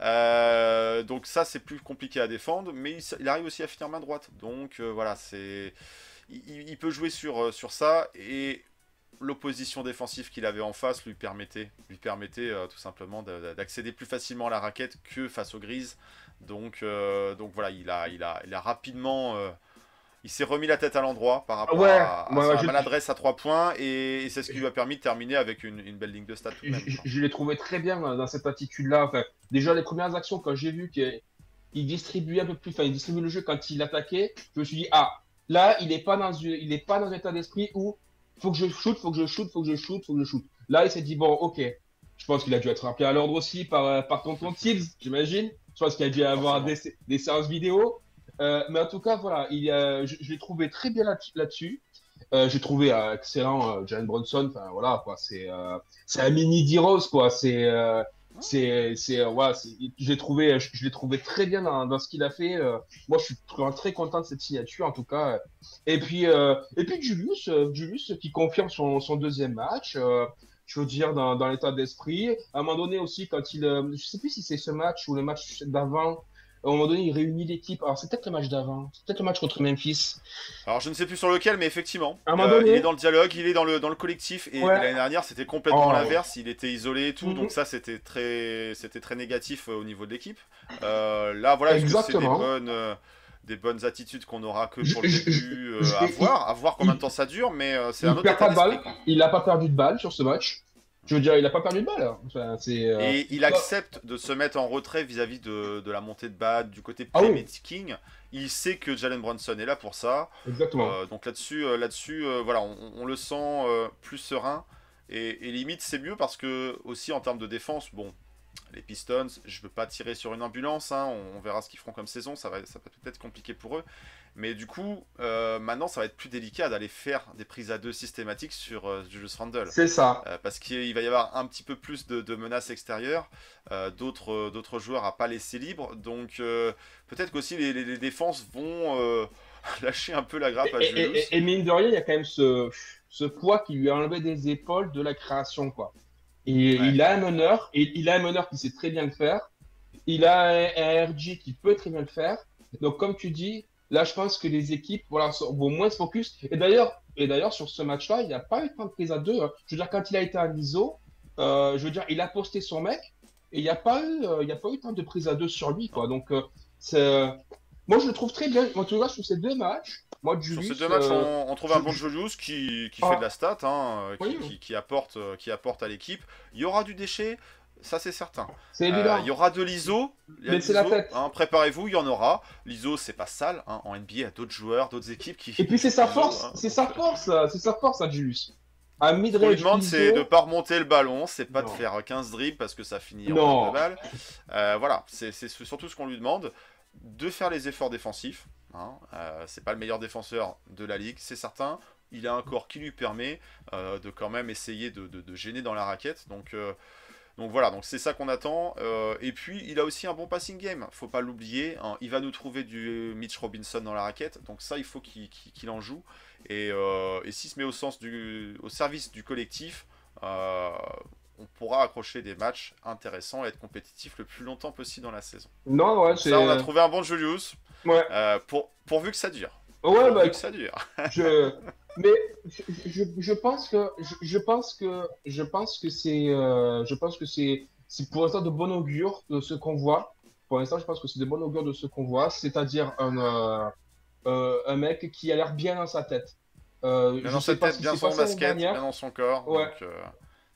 Euh, donc ça c'est plus compliqué à défendre, mais il, il arrive aussi à finir main droite. Donc euh, voilà, c'est, il, il peut jouer sur, sur ça, et l'opposition défensive qu'il avait en face lui permettait, lui permettait euh, tout simplement d'accéder plus facilement à la raquette que face aux Grises. Donc, euh, donc voilà, il a, il a, il a rapidement... Euh, il s'est remis la tête à l'endroit par rapport Ouais, à, à ouais, ouais, sa je, maladresse à trois points, et, et c'est ce qui lui a permis de terminer avec une, une belle ligne de stats tout de je, même. je- Quoi. je l'ai trouvé très bien euh, dans cette attitude-là. Enfin, déjà, les premières actions, quand j'ai vu qu'il il distribuait un peu plus, enfin, il distribuait le jeu quand il attaquait, je me suis dit, ah, là, il n'est pas dans, une- il est pas dans un état d'esprit où faut que je shoot, faut que je shoot, faut que je shoot, faut que je shoot. Là, il s'est dit, bon, ok. Je pense qu'il a dû être rappelé à l'ordre aussi par, euh, par tonton Tibbs, j'imagine. Je pense qu'il a dû avoir Forcément. des, des séances vidéo. Euh, mais en tout cas, voilà, il, euh, je, je l'ai trouvé très bien là- là-dessus. Euh, j'ai trouvé euh, excellent euh, Jalen Brunson. Enfin, voilà, quoi. C'est euh, c'est un mini D-Rose, quoi. C'est. Euh, c'est, c'est, euh, ouais, c'est- j'ai trouvé, je, je l'ai trouvé très bien dans, dans ce qu'il a fait. Euh, moi, je suis très, très content de cette signature, en tout cas. Et puis, euh, et puis Julius, euh, Julius qui confirme son, son deuxième match. Euh, je veux dire, dans, dans l'état d'esprit. À un moment donné aussi, quand il, euh, je sais plus si c'est ce match ou le match d'avant. À un moment donné, il réunit l'équipe. Alors, c'est peut-être le match d'avant. C'est peut-être le match contre Memphis. Alors je ne sais plus sur lequel, mais effectivement, À un moment euh, il est donné, dans le dialogue, il est dans le, dans le collectif, et, et ouais. l'année dernière c'était complètement Oh, l'inverse, il était isolé et tout, mhm. donc ça c'était très, c'était très négatif euh, au niveau de l'équipe. Euh, là voilà, est-ce que c'est des Exactement. bonnes, euh, des bonnes attitudes qu'on aura que Je- pour le je- je- début, je- euh, à il, voir, à voir combien de il, temps ça dure, mais euh, c'est un il autre perd état pas de d'esprit, balle. quoi. Il n'a pas perdu de balle sur ce match. Je veux dire, il n'a pas perdu de balle. Hein. Enfin, c'est, euh, Et il accepte de se mettre en retrait vis-à-vis de, de la montée de balle, du côté Ah oui, playmaking. Il sait que Jalen Brunson est là pour ça. exactement. Euh, donc là-dessus, euh, là-dessus, euh, voilà, on, on le sent euh, plus serein. Et, et limite, c'est mieux parce que aussi en termes de défense, bon, les Pistons, je veux pas tirer sur une ambulance. Hein, on, on verra ce qu'ils feront comme saison. Ça va, ça va peut-être compliqué pour eux. Mais du coup, euh, maintenant, ça va être plus délicat d'aller faire des prises à deux systématiques sur euh, Julius Randle. C'est ça. Euh, parce qu'il va y avoir un petit peu plus de, de menaces extérieures, euh, d'autres, euh, d'autres joueurs à pas laisser libre. Donc euh, peut-être qu'aussi les, les, les défenses vont euh, lâcher un peu la grappe à Et, et- et- Julius. et mine de rien, il y a quand même ce, ce poids qui lui a enlevé des épaules de la création, quoi. Et Ouais. il a un meneur, et il a un meneur qui sait très bien le faire. Il a un, un R G qui peut très bien le faire. Donc, comme tu dis, là, je pense que les équipes, voilà, sont- vont moins se focus. Et d'ailleurs, et d'ailleurs, sur ce match-là, il n'y a pas eu tant de prise à deux. Hein. Je veux dire, quand il a été à l'I S O, euh, je veux dire, il a posté son mec, et il n'y a pas eu, euh, il y a pas eu tant de prise à deux sur lui, quoi. Donc, euh, c'est, moi, je le trouve très bien. En tout cas, sur ces deux matchs, moi, Sur Julius, ces deux matchs, euh, on, on trouve je- un bon je- Julius qui, qui ah, fait de la stat, hein, euh, qui, oui, qui, qui apporte, euh, qui apporte à l'équipe. Il y aura du déchet, ça c'est certain. c'est Euh, évident. il y aura de l'I S O. Il y a de Mais c'est la l'I S O, tête. hein, préparez-vous, il y en aura. L'I S O, c'est pas sale. Hein, en N B A, il y a d'autres joueurs, d'autres équipes qui. Et puis, c'est sa l'I S O, force, hein, c'est donc, sa euh, force, euh, c'est sa force, à Julius. À Ce qu'on lui mid-range demande, c'est de I S O, ne pas remonter le ballon, c'est pas de non. faire quinze dribbles parce que ça finit en Non. perte de balle. Euh, voilà, c'est c'est surtout ce qu'on lui demande, de faire les efforts défensifs. Hein. Euh, c'est pas le meilleur défenseur de la ligue, c'est certain. Il a un corps qui lui permet euh, de quand même essayer de, de- de gêner dans la raquette. Donc, euh, donc voilà, donc c'est ça qu'on attend. Euh, et puis il a aussi un bon passing game, faut pas l'oublier. Hein. Il va nous trouver du Mitch Robinson dans la raquette, donc ça il faut qu'il qu'il- qu'il en joue. Et, euh, et s'il se met au, sens du, au service du collectif, euh, on pourra accrocher des matchs intéressants et être compétitif le plus longtemps possible dans la saison. Non, ouais, Donc c'est. ça, on a trouvé un bon Julius, Ouais, euh, pour, pourvu que ça dure. ouais, Pourvu bah, que ça dure. je. Mais je, je, je pense que je, je pense que je pense que c'est euh, je pense que c'est c'est pour l'instant de bon augure de ce qu'on voit. Pour l'instant, je pense que c'est de bon augure de ce qu'on voit, c'est-à-dire un euh, euh, un mec qui a l'air bien dans sa tête. Euh, Bien je dans sais sa pas tête, ce qui bien s'est son passé l'année basket, bien dernière. dans son corps. Ouais. Donc, euh,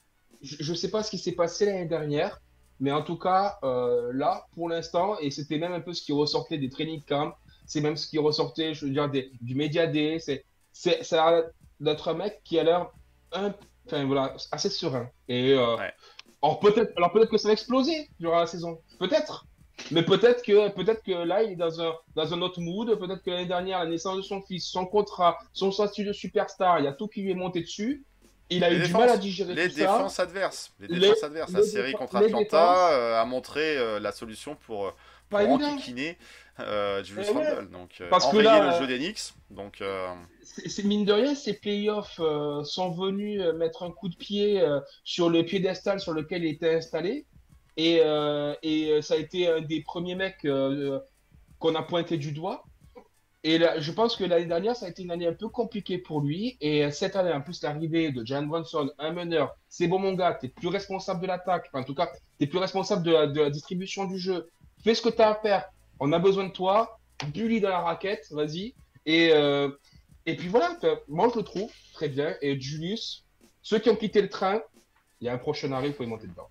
Je, je sais pas ce qui s'est passé l'année dernière, mais en tout cas, euh, là, pour l'instant, et c'était même un peu ce qui ressortait des training camps, c'est même ce qui ressortait, je veux dire, des, du média day, c'est, c'est, ça a l'air d'être un mec qui a l'air un, enfin voilà, assez serein. Et euh, Ouais. alors peut-être, alors peut-être que ça va exploser durant la saison, peut-être. Mais peut-être que, peut-être que là, il est dans un, dans un autre mood. Peut-être que l'année dernière, la naissance de son fils, son contrat, son statut de superstar, il y a tout qui lui est monté dessus. Il a Les eu du mal à défenses, digérer les tout ça. défenses adverses, les Les, défenses adverses. La les, série défenses, contre les défenses, Atlanta euh, a montré euh, la solution pour, euh, pas pour évident. enquiquiner euh, Julius Eh ouais, Randle. Donc, euh, parce que enrayer le là, jeu des Knicks. Donc, euh, c'est c'est- mine de rien, ces playoffs euh, sont venus euh, mettre un coup de pied euh, sur le piédestal sur lequel il était installé. Et, euh, et euh, ça a été un des premiers mecs euh, qu'on a pointé du doigt. Et là, je pense que l'année dernière, ça a été une année un peu compliquée pour lui. Et euh, cette année, en plus, l'arrivée de Jalen Brunson, un meneur, c'est bon, mon gars, tu es plus responsable de l'attaque. Enfin, en tout cas, tu es plus responsable de la, de la distribution du jeu. Fais ce que tu as à faire. On a besoin de toi. Bully dans la raquette, vas-y. Et, euh, et puis voilà, enfin, moi, je le trouve très bien. Et Julius, ceux qui ont quitté le train, il y a un prochain arrêt, il faut y monter dedans.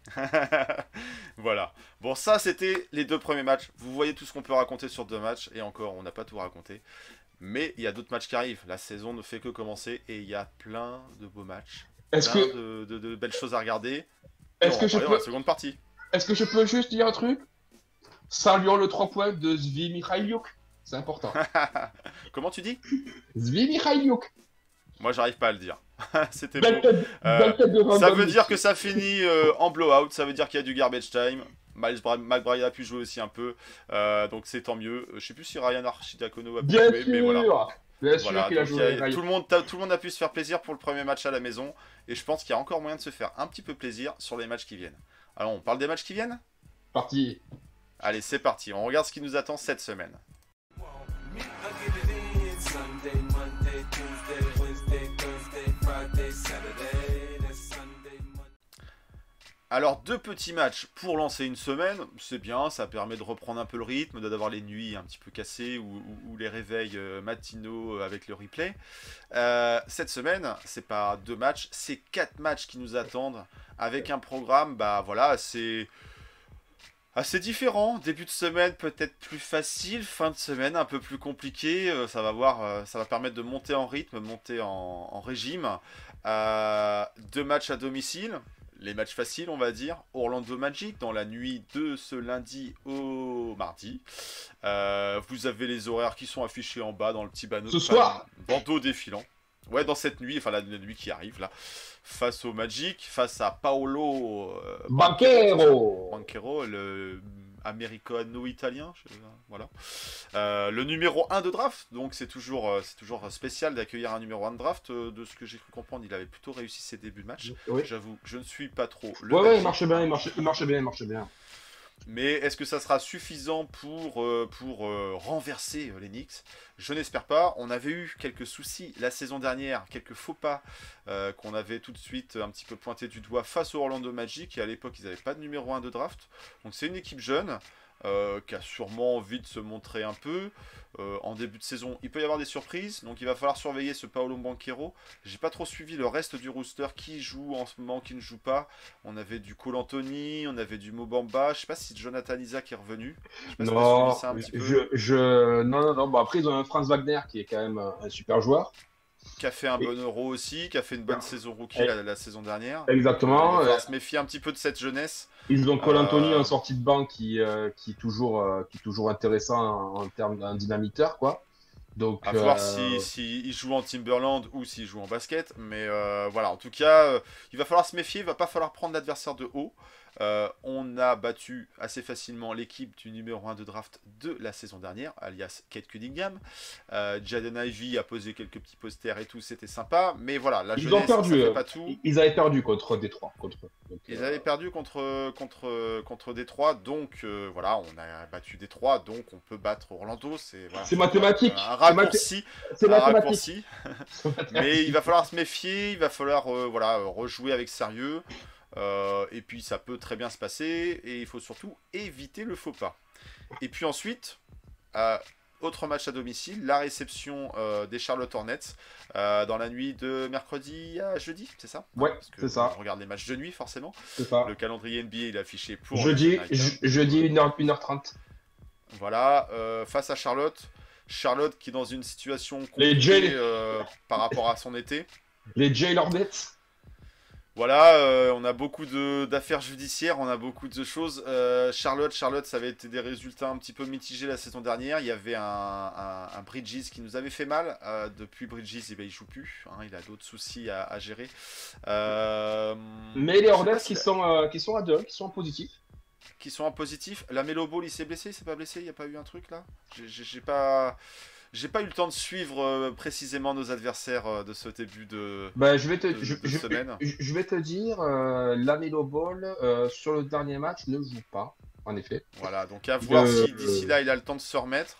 voilà. Bon, ça, c'était les deux premiers matchs. Vous voyez tout ce qu'on peut raconter sur deux matchs. Et encore, on n'a pas tout raconté. Mais il y a d'autres matchs qui arrivent. La saison ne fait que commencer. Et il y a plein de beaux matchs. Est-ce Plein que, de, de- de belles choses à regarder. Et est-ce on va que en je parler dans peux, la seconde partie. est-ce que je peux juste dire un truc? Saluons le trois points de Zvi Mikhailiuk. C'est important. Comment tu dis? Zvi Mikhailiuk. Moi, j'arrive pas à le dire. C'était Belle beau. tête, Euh, belle tête de ça Randall veut dire que Mitchell. ça finit euh, en blowout. Ça veut dire qu'il y a du garbage time. Miles Bra- McBride a pu jouer aussi un peu. Euh, donc c'est tant mieux. Je sais plus si Ryan Archidiakono a pu Bien jouer. Mais voilà. sûr. Bien sûr Voilà, qu'il a donc il y joué. a- tout, le monde, tout le monde a pu se faire plaisir pour le premier match à la maison. Et je pense qu'il y a encore moyen de se faire un petit peu plaisir sur les matchs qui viennent. Alors, on parle des matchs qui viennent? Parti. Allez, c'est parti. On regarde ce qui nous attend cette semaine. I get it in Sunday, Monday, Tuesday, Wednesday, Thursday, Friday, Saturday, that's Sunday, Monday. Alors, deux petits matchs pour lancer une semaine, c'est bien, ça permet de reprendre un peu le rythme, d'avoir les nuits un petit peu cassées ou, ou- ou les réveils euh, matinaux euh, avec le replay. Euh, cette semaine, c'est pas deux matchs, c'est quatre matchs qui nous attendent avec un programme, bah voilà, assez, assez différent. Début de semaine peut-être plus facile, fin de semaine un peu plus compliqué. Euh, ça va voir, euh, ça va permettre de monter en rythme, monter en, en régime. Euh, deux matchs à domicile. Les matchs faciles, on va dire. Orlando Magic dans la nuit de ce lundi au mardi. Euh, vous avez les horaires qui sont affichés en bas dans le petit panneau. Ce soir. Bandeau défilant. Ouais, dans cette nuit, enfin la, la nuit qui arrive là. Face au Magic, face à Paolo euh, Banquero. Banquero, le américano-italien, je- voilà. Euh, le numéro un de draft, donc c'est toujours, euh, c'est toujours spécial d'accueillir un numéro un de draft. Euh, de ce que j'ai cru comprendre, il avait plutôt réussi ses débuts de match. Oui. J'avoue, je ne suis pas trop le Ouais, ouais, il Magic. marche bien, il marche, il marche bien, il marche bien. Mais est-ce que ça sera suffisant pour, euh, pour euh, renverser euh, les Knicks? Je n'espère pas. On avait eu quelques soucis la saison dernière, quelques faux pas euh, qu'on avait tout de suite un petit peu pointé du doigt face au Orlando Magic. Et à l'époque, ils n'avaient pas de numéro un de draft. Donc c'est une équipe jeune euh, qui a sûrement envie de se montrer un peu. Euh, en début de saison, il peut y avoir des surprises. Donc il va falloir surveiller ce Paolo Banquero. J'ai pas trop suivi le reste du roster qui joue en ce moment, qui ne joue pas. On avait du Cole Anthony, on avait du Mo Bamba. Je sais pas si Jonathan Isaac est revenu. Je sais pas si t'as Non, suivi ça un petit peu. je, je, non, non, non. Bon, après, ils ont un Franz Wagner qui est quand même un, un super joueur. Qui a fait un Et- bon euro aussi, qui a fait une bonne saison rookie Et- la, la saison dernière. Exactement. Il va falloir euh, se méfier un petit peu de cette jeunesse. Ils ont Cole Anthony Euh, en sortie de banc qui, euh, qui, est toujours, euh, qui est toujours intéressant en, en termes d'un dynamiteur, quoi. Donc, À voir euh, si, si il joue en Timberland ou s'il joue en basket. Mais euh, voilà, en tout cas, euh, il va falloir se méfier. Il va pas falloir prendre l'adversaire de haut. Euh, on a battu assez facilement l'équipe du numéro un de draft de la saison dernière, alias Kate Cunningham. Euh, Jaden Ivey a posé quelques petits posters et tout, c'était sympa. Mais voilà, la ils jeunesse, ont perdu. ça fait euh, pas tout. ils- Ils avaient perdu contre Détroit. Contre, eux. Donc, Ils euh, avaient perdu contre, contre, contre Détroit, donc euh, voilà, on a battu Détroit, donc on peut battre Orlando. C'est voilà, C'est mathématique. un C'est mathé- raccourci. C'est Un mathématique. raccourci. C'est mathématique. Mais il va falloir se méfier, il va falloir euh, voilà, euh, rejouer avec sérieux. Euh, et puis ça peut très bien se passer, et il faut surtout éviter le faux pas. Et puis ensuite, euh, autre match à domicile, la réception euh, des Charlotte Hornets euh, dans la nuit de mercredi à jeudi, c'est ça? Ouais, Parce que c'est ça. je regarde les matchs de nuit forcément. C'est ça. Le calendrier N B A il est affiché pour Jeudi, les Américains. je- jeudi une heure, une heure trente. Voilà, euh, face à Charlotte. Charlotte qui est dans une situation Les compliquée Jay- euh, par rapport à son été. Les Jay Hornets. Voilà, euh, on a beaucoup de- d'affaires judiciaires, on a beaucoup de choses. Euh, Charlotte, Charlotte, ça avait été des résultats un petit peu mitigés la saison dernière. Il y avait un, un- un Bridges qui nous avait fait mal. Euh, depuis Bridges, eh ben, il joue plus. Hein, il a d'autres soucis à, à gérer. Euh, Mais les je sais pas Hornets si qui sont, euh, qui sont à deux, qui sont en positif. qui sont en positif. La Melo Ball, il s'est blessé, il s'est pas blessé, il n'y a pas eu un truc là. J'ai j'ai- j'ai pas, j'ai pas eu le temps de suivre euh, précisément nos adversaires euh, de ce début de, Ben, je vais te, de, je, de je- semaine. je- je vais te dire, euh, Lamelo Ball, euh, sur le dernier match, ne joue pas, en effet. Voilà, donc à voir Le- si d'ici là il a le temps de se remettre.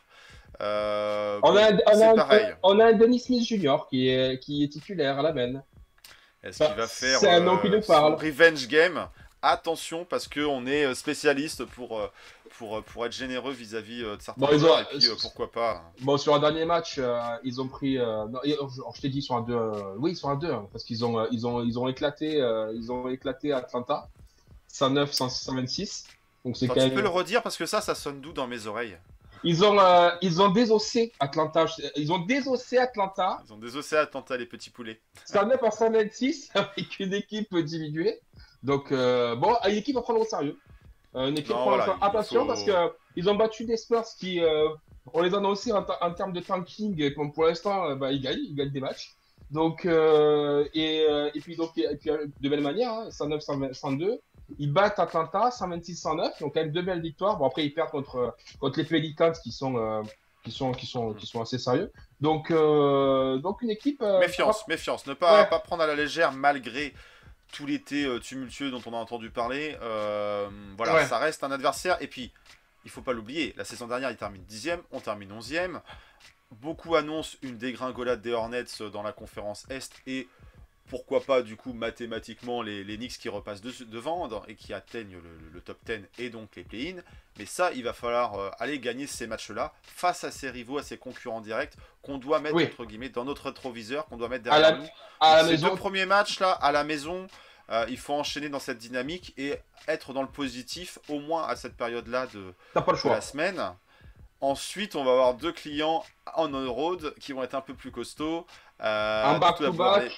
Euh, on bon, a, un- on, a, c'est un- pareil. on a un Dennis Smith junior qui est, qui est titulaire à la main. Est-ce Ça, qu'il va faire c'est un nom qui euh, nous son parle. revenge game? Attention, parce qu'on est spécialiste pour, euh, pour, euh, pour être généreux vis-à-vis euh, de certains Bon, ils joueurs. ont, Et puis, euh, pourquoi pas. bon, sur le dernier match, euh, ils ont pris. Euh, non, et- je, je t'ai dit, ils sont à deux. Euh, oui, ils sont à deux, hein, parce qu'ils ont, euh, ils ont, ils ont éclaté, euh, ils ont éclaté Atlanta, cent neuf, cent vingt-six. Donc c'est Attends, quand tu même. peux le redire parce que ça, ça sonne doux dans mes oreilles. Ils ont, euh, ils ont désossé Atlanta. Ils ont désossé Atlanta, Ils ont des océans à Atlanta, les petits poulets. cent neuf à cent vingt-six, avec une équipe diminuée. Donc, euh, bon, une équipe à prendre au sérieux. Euh, une équipe Non, à prendre au voilà, sérieux. il Attention, faut- parce que euh, ils ont battu des Spurs qui, euh, on les a annoncés en, en termes de tanking, et comme pour l'instant, euh, bah, ils gagnent, ils gagnent des matchs. Donc, euh, et, euh, et puis, donc, et puis, euh, de belle manière, hein, cent neuf, cent vingt, cent deux. Ils battent Atlanta, cent vingt-six, cent neuf. Donc, quand même deux belles victoires. Bon, après, ils perdent contre, contre les Pelicans qui sont, euh, qui sont, qui sont, qui sont assez sérieux. Donc, euh, donc une équipe. euh, Méfiance, méfiance. Ne pas, Ouais. pas prendre à la légère malgré tout l'été euh, tumultueux dont on a entendu parler. Euh, voilà, Ouais. ça reste un adversaire. Et puis, il faut pas l'oublier, la saison dernière, il termine dixième, on termine onzième. Beaucoup annoncent une dégringolade des Hornets dans la conférence Est et pourquoi pas du coup mathématiquement les, les Knicks qui repassent de- devant dans- et qui atteignent le, le top dix et donc les play-in. Mais ça, il va falloir euh, aller gagner ces matchs-là face à ses rivaux, à ses concurrents directs qu'on doit mettre Oui. entre guillemets dans notre rétroviseur, qu'on doit mettre À derrière la, nous. à la Ces maison. deux premiers matchs là à la maison, euh, il faut enchaîner dans cette dynamique et être dans le positif au moins à cette période-là de, T'as pas le de choix. la semaine. Ensuite, on va avoir deux clients on road qui vont être un peu plus costauds. Euh, Un tout back-to-back. d'abord, les-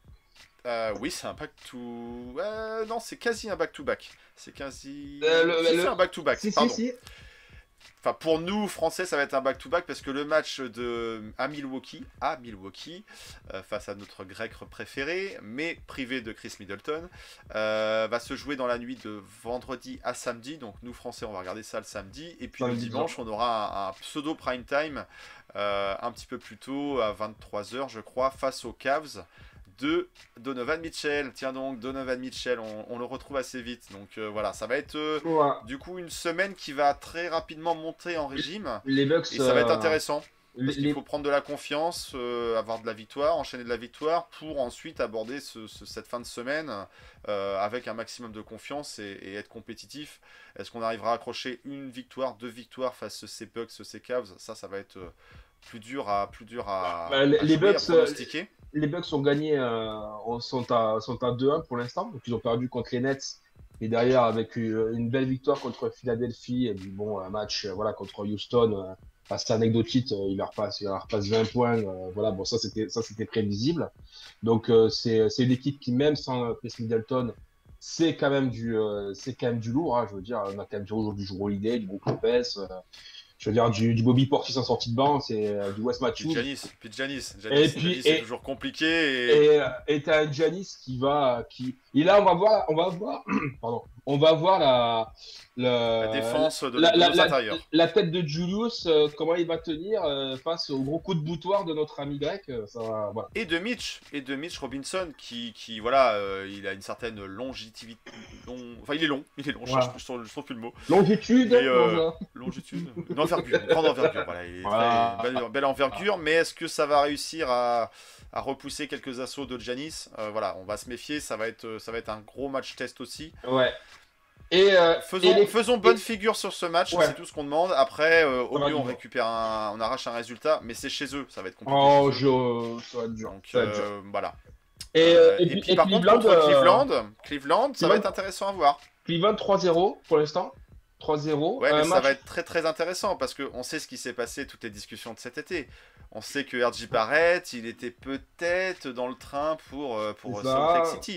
euh, oui, c'est un back-to... Euh, non, c'est quasi un back-to-back. C'est quasi... Euh, le- Si, le- c'est un back-to-back, Si, si, pardon. si. Enfin, pour nous, Français, ça va être un back-to-back parce que le match de... à Milwaukee, à Milwaukee euh, face à notre grec préféré, mais privé de Chris Middleton, euh, va se jouer dans la nuit de vendredi à samedi. Donc nous, Français, on va regarder ça le samedi. Et puis Samedi le dimanche, on aura un, un pseudo prime time euh, un petit peu plus tôt, à vingt-trois heures, je crois, face aux Cavs de Donovan Mitchell. Tiens donc, Donovan Mitchell, on, on le retrouve assez vite. Donc euh, voilà, ça va être euh, Ouais. du coup une semaine qui va très rapidement monter en régime. Les Bucks. Et ça va être euh, intéressant. les- Parce qu'il les- faut prendre de la confiance, euh, avoir de la victoire, enchaîner de la victoire pour ensuite aborder ce- ce- cette fin de semaine euh, avec un maximum de confiance et, et être compétitif. Est-ce qu'on arrivera à accrocher une victoire, deux victoires face à ces Bucks, ces Cavs? Ça, ça va être euh, plus dur à, plus dur à, Bah, les- à les jouer, à Bucks, pronostiquer. Les Bucks ont gagné, euh, sont à, sont à deux un pour l'instant. Donc, ils ont perdu contre les Nets. Et derrière, avec une, une belle victoire contre Philadelphie. Et puis, bon, un match euh, voilà, contre Houston. Euh, assez anecdotique. Euh, il leur passe, il leur passe vingt points. Euh, voilà, bon, ça, c'était, ça, c'était prévisible. Donc, euh, c'est, c'est une équipe qui, même sans Chris Middleton, c'est quand même du, euh, c'est quand même du lourd. Hein, je veux dire, on a quand même du aujourd'hui du Holiday, du Brook Lopez. Euh, je veux dire, du, du Bobby Portis en sortie de banc. C'est euh, du Wes Puis Matthews. Janis, puis Janis, Et Janis, puis- Janis, et- c'est toujours compliqué. Et... Et et t'as un Giannis qui va qui et là on va voir on va voir pardon on va voir la la, La défense de, la, de la, nos la- intérieurs. la tête de Julius, euh, comment il va tenir euh, face au gros coup de boutoir de notre ami grec. euh, ça va, voilà. Et de Mitch, et de Mitch Robinson, qui, qui voilà, euh, il a une certaine longévité, long... enfin il est long, il est long, je Voilà. cherche plus son- je trouve plus le mot. Longitude. Mais, euh, dans un- Longitude, une envergure, une grande envergure, voilà, il est Voilà. très- une belle, belle envergure, mais est-ce que ça va réussir à, à repousser quelques assauts de Giannis? Euh, Voilà, on va se méfier, ça va être, ça va être un gros match test aussi. Ouais. Et, euh, Faisons, et les- faisons bonne et- figure sur ce match, Ouais. c'est tout ce qu'on demande. Après, euh, au Ça va mieux, du on bon. récupère un, on arrache un résultat, mais c'est chez eux, ça va être compliqué. Oh, chez eux. je... ça va être dur. Donc ça va être dur. euh, voilà. Et, Euh, euh, et, et, puis, puis et par Cleveland, contre, contre euh, Cleveland, Cleveland, ça va Cleveland- être intéressant à voir. Cleveland trois zéro pour l'instant. trois zéro. Ouais, mais Un ça match- va être très très intéressant parce qu'on sait ce qui s'est passé, toutes les discussions de cet été. On sait que R J Barrett, il était peut-être dans le train pour, euh, pour C'est Salt ça. Lake City.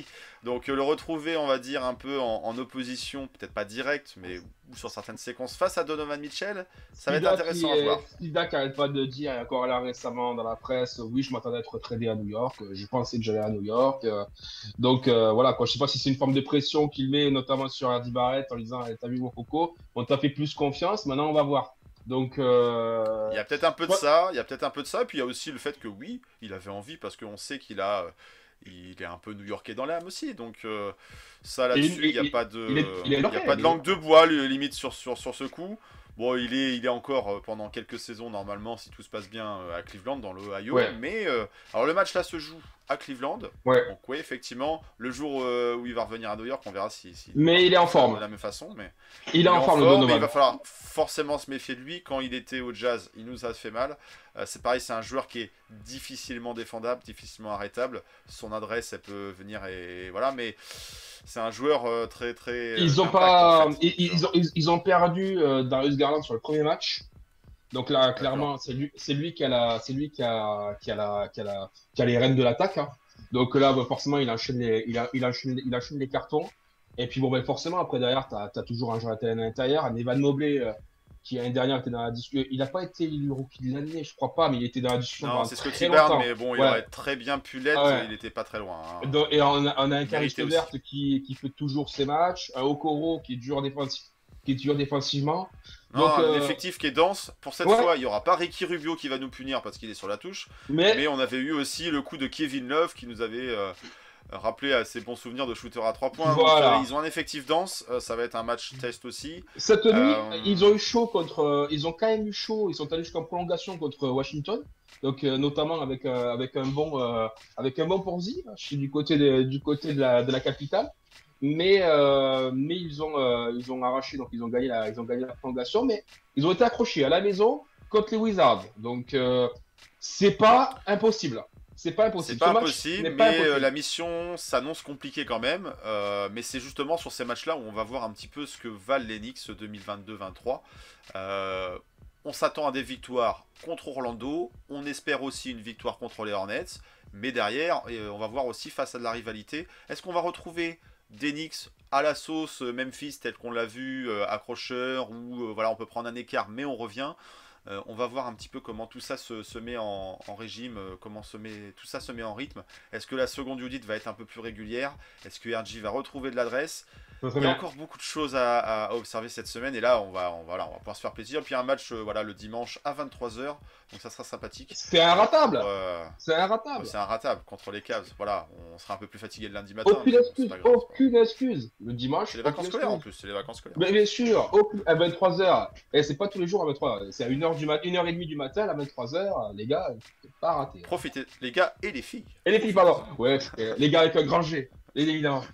Donc euh, le retrouver, on va dire, un peu en, en opposition, peut-être pas directe, mais ou sur certaines séquences face à Donovan Mitchell, ça va être Spida intéressant qui à est- voir. Spida qui n'arrête pas de dire, encore là récemment dans la presse, oui, je m'attendais à être tradé à New York, euh, je pensais que j'allais à New York. euh, donc euh, voilà, quoi. Je sais pas si c'est une forme de pression qu'il met, notamment sur Hardy Barrett, en disant, eh, t'as vu mon coco, on t'a fait plus confiance, maintenant on va voir. Donc, euh, Il y a peut-être un peu de ouais, ça, il y a peut-être un peu de ça, et puis il y a aussi le fait que oui, il avait envie, parce qu'on sait qu'il a... euh, il est un peu new-yorkais dans l'âme aussi, donc euh, ça et là-dessus, il, il n'y a il- pas de, il est, il est il y a local, pas de il est- langue de bois, le- limite, sur, sur, sur ce coup. Bon, il est, il est encore euh, pendant quelques saisons, normalement, si tout se passe bien, euh, à Cleveland, dans l'Ohio, ouais, mais... euh, alors le match là se joue à Cleveland, ouais. donc oui, effectivement, le jour euh, où il va revenir à New York, on verra si, si Mais il est en faire forme. de la même façon, mais... Il est Il est en en forme, le forme, mais il Donovan. va falloir forcément se méfier de lui. Quand il était au Jazz, il nous a fait mal. Euh, c'est pareil, c'est un joueur qui est difficilement défendable, difficilement arrêtable. Son adresse, elle peut venir et voilà, mais c'est un joueur euh, très très. Ils euh, ont d'impact, pas, en fait. ils, Donc, ils ont, ils, ils ont perdu euh, Darius Garland sur le premier match. Donc là, euh, d'accord. clairement, c'est lui, c'est lui qui a la, c'est lui qui a, qui a la, qui a la, qui a les rênes de l'attaque, hein. Donc là, bah, forcément, il enchaîne les, il, a, il enchaîne, il enchaîne les cartons. Et puis bon, ben forcément, après derrière, t'as, t'as toujours un joueur à l'intérieur, un Evan Mobley euh, qui l'année dernière était dans la discussion. Il n'a pas été le rookie de l'année, je crois pas, mais il était dans la discussion Non, pendant c'est très Scotty Barnes, longtemps. mais bon, il Ouais. aurait très bien pu l'être. Ah ouais. Il n'était pas très loin, hein. Donc, et on a, on a un Caris Mérité Levert aussi. qui, qui fait toujours ses matchs, un Okoro qui est dur défensif, qui est dur défensivement. Non, Donc, un euh, effectif qui est dense. Pour cette ouais. fois, il n'y aura pas Ricky Rubio qui va nous punir parce qu'il est sur la touche. mais Mais on avait eu aussi le coup de Kevin Love qui nous avait euh, rappelé à ses bons souvenirs de shooter à trois points. Voilà. Donc, euh, ils ont un effectif dense. Euh, ça va être un match test aussi. cette nuit, Euh, ils ont eu chaud contre, euh, ils ont quand même eu chaud. Ils sont allés jusqu'en prolongation contre Washington. Donc euh, notamment avec euh, avec un bon euh, avec un bon Porzi, je suis du côté de, du côté de la de la capitale. Mais euh, mais ils ont euh, ils ont arraché, donc ils ont gagné la ils ont gagné la prolongation, mais ils ont été accrochés à la maison contre les Wizards. Donc euh, c'est pas impossible. C'est pas impossible. C'est pas Ce match impossible, n'est mais pas euh, impossible. la mission s'annonce compliquée quand même. Euh, mais c'est justement sur ces matchs-là où on va voir un petit peu ce que valent les Knicks deux mille vingt-deux vingt-trois. Euh, on s'attend à des victoires contre Orlando. On espère aussi une victoire contre les Hornets. Mais derrière, euh, on va voir aussi face à de la rivalité. Est-ce qu'on va retrouver des Knicks à la sauce euh, Memphis tel qu'on l'a vu, euh, accrocheur, où euh, voilà, on peut prendre un écart, mais on revient. Euh, on va voir un petit peu comment tout ça se, se met en, en régime, euh, comment se met, tout ça se met en rythme. Est-ce que la seconde unit va être un peu plus régulière? Est-ce que R J va retrouver de l'adresse? Très Il y a bien. encore beaucoup de choses à, à observer cette semaine et là on va, on, voilà, on va pouvoir se faire plaisir. Puis un match euh, voilà, le dimanche à vingt-trois heures, donc ça sera sympathique. C'est inratable. Euh, C'est inratable. c'est un ratable contre les Cavs. Voilà, on sera un peu plus fatigué le lundi matin. Aucune mais bon, c'est excuse, pas grave. aucune excuse. Le dimanche, C'est les vacances aucune scolaires en excuse. plus, c'est les vacances scolaires. Mais bien sûr, aucune- à vingt-trois heures. Et c'est pas tous les jours à vingt-trois heures. C'est à une heure du mat, une heure et demie du matin à vingt-trois heures, les gars, c'est pas raté. Profitez, les gars et les filles. Et les filles, pardon. Ouais, euh, les gars avec un grand G, évidemment.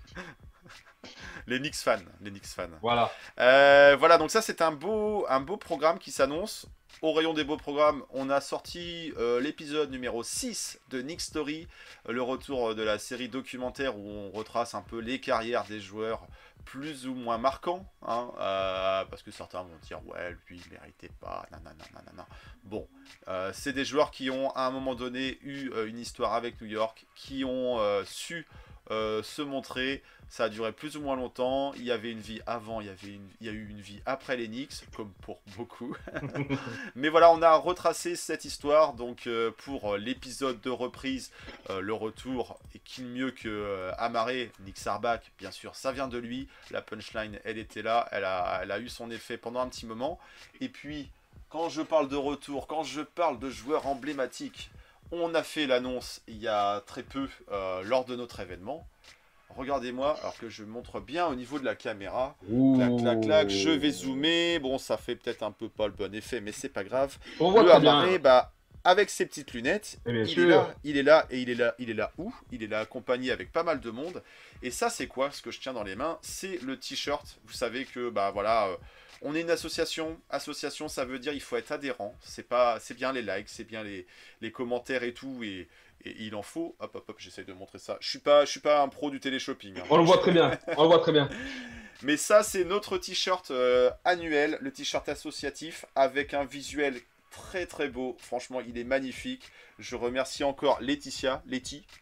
Les Knicks fans, les Knicks fans. Voilà. Euh, voilà, donc ça c'est un beau, un beau programme qui s'annonce. Au rayon des beaux programmes, on a sorti euh, l'épisode numéro six de Knicks Story, euh, le retour de la série documentaire où on retrace un peu les carrières des joueurs plus ou moins marquants, hein, euh, parce que certains vont dire ouais lui il méritait pas, nanana, nanana. Bon, euh, c'est des joueurs qui ont à un moment donné eu euh, une histoire avec New York, qui ont euh, su euh, se montrer. Ça a duré plus ou moins longtemps. Il y avait une vie avant, il y, avait une... il y a eu une vie après les Knicks, comme pour beaucoup. Mais voilà, on a retracé cette histoire. Donc euh, pour l'épisode de reprise, euh, le retour, et qui mieux que euh, Amaré, Nick Sarbach, bien sûr, ça vient de lui. La punchline, elle était là, elle a, elle a eu son effet pendant un petit moment. Et puis, quand je parle de retour, quand je parle de joueurs emblématiques, on a fait l'annonce il y a très peu euh, lors de notre événement. Regardez-moi, alors que je montre bien au niveau de la caméra. Clac, clac, clac, je vais zoomer. Bon, ça fait peut-être un peu pas le bon effet, mais c'est pas grave. On voit Le très bien. Amaré, bah, avec ses petites lunettes, Et bien il sûr. est là, il est là, et il est là, il est là où? Il est là accompagné avec pas mal de monde. Et ça, c'est quoi, ce que je tiens dans les mains? C'est le t-shirt. Vous savez que, bah voilà, euh, on est une association. Association, ça veut dire il faut être adhérent. C'est pas, c'est bien les likes, c'est bien les, les commentaires et tout, et... Et il en faut. Hop, hop, hop, j'essaie de montrer ça. Je suis pas, je suis pas un pro du téléshopping. Hein. On le voit très bien. On le voit très bien. Mais ça, c'est notre t-shirt euh, annuel, le t-shirt associatif, avec un visuel très très beau. Franchement, il est magnifique. Je remercie encore Laetitia, Letty, hein,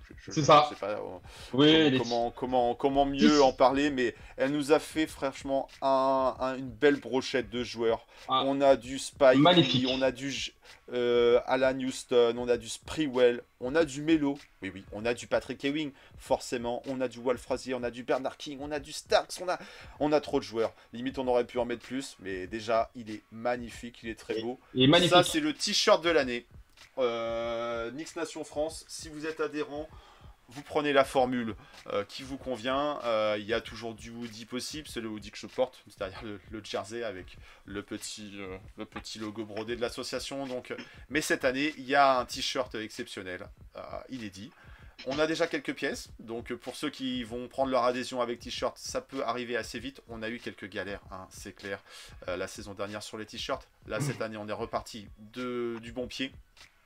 je, C'est je, ça. je sais pas euh, Oui, comment, les comment, comment, comment mieux en parler, mais elle nous a fait franchement un, un- une belle brochette de joueurs. ah, On a du Spike Lee, on magnifique. a du J- euh, Alan Houston, on a du Sprewell, on a du Melo, oui oui, on a du Patrick Ewing, forcément, on a du Walt Frazier, on a du Bernard King, on a du Starks, on a, on a trop de joueurs. Limite, on aurait pu en mettre plus, mais déjà, il est magnifique, il est très beau. Il est Ça, c'est magnifique. le t-shirt de l'année. Euh, Knicks Nation France, si vous êtes adhérent, vous prenez la formule euh, qui vous convient. Euh, Il y a toujours du hoodie possible, c'est le hoodie que je porte, c'est-à-dire le, le jersey avec le petit, euh, le petit logo brodé de l'association. Donc, euh, mais cette année, il y a un t-shirt exceptionnel, euh, inédit. On a déjà quelques pièces, donc pour ceux qui vont prendre leur adhésion avec t-shirt, ça peut arriver assez vite. On a eu quelques galères, hein, c'est clair, euh, la saison dernière sur les t-shirts. Là, cette année, on est reparti de, du bon pied.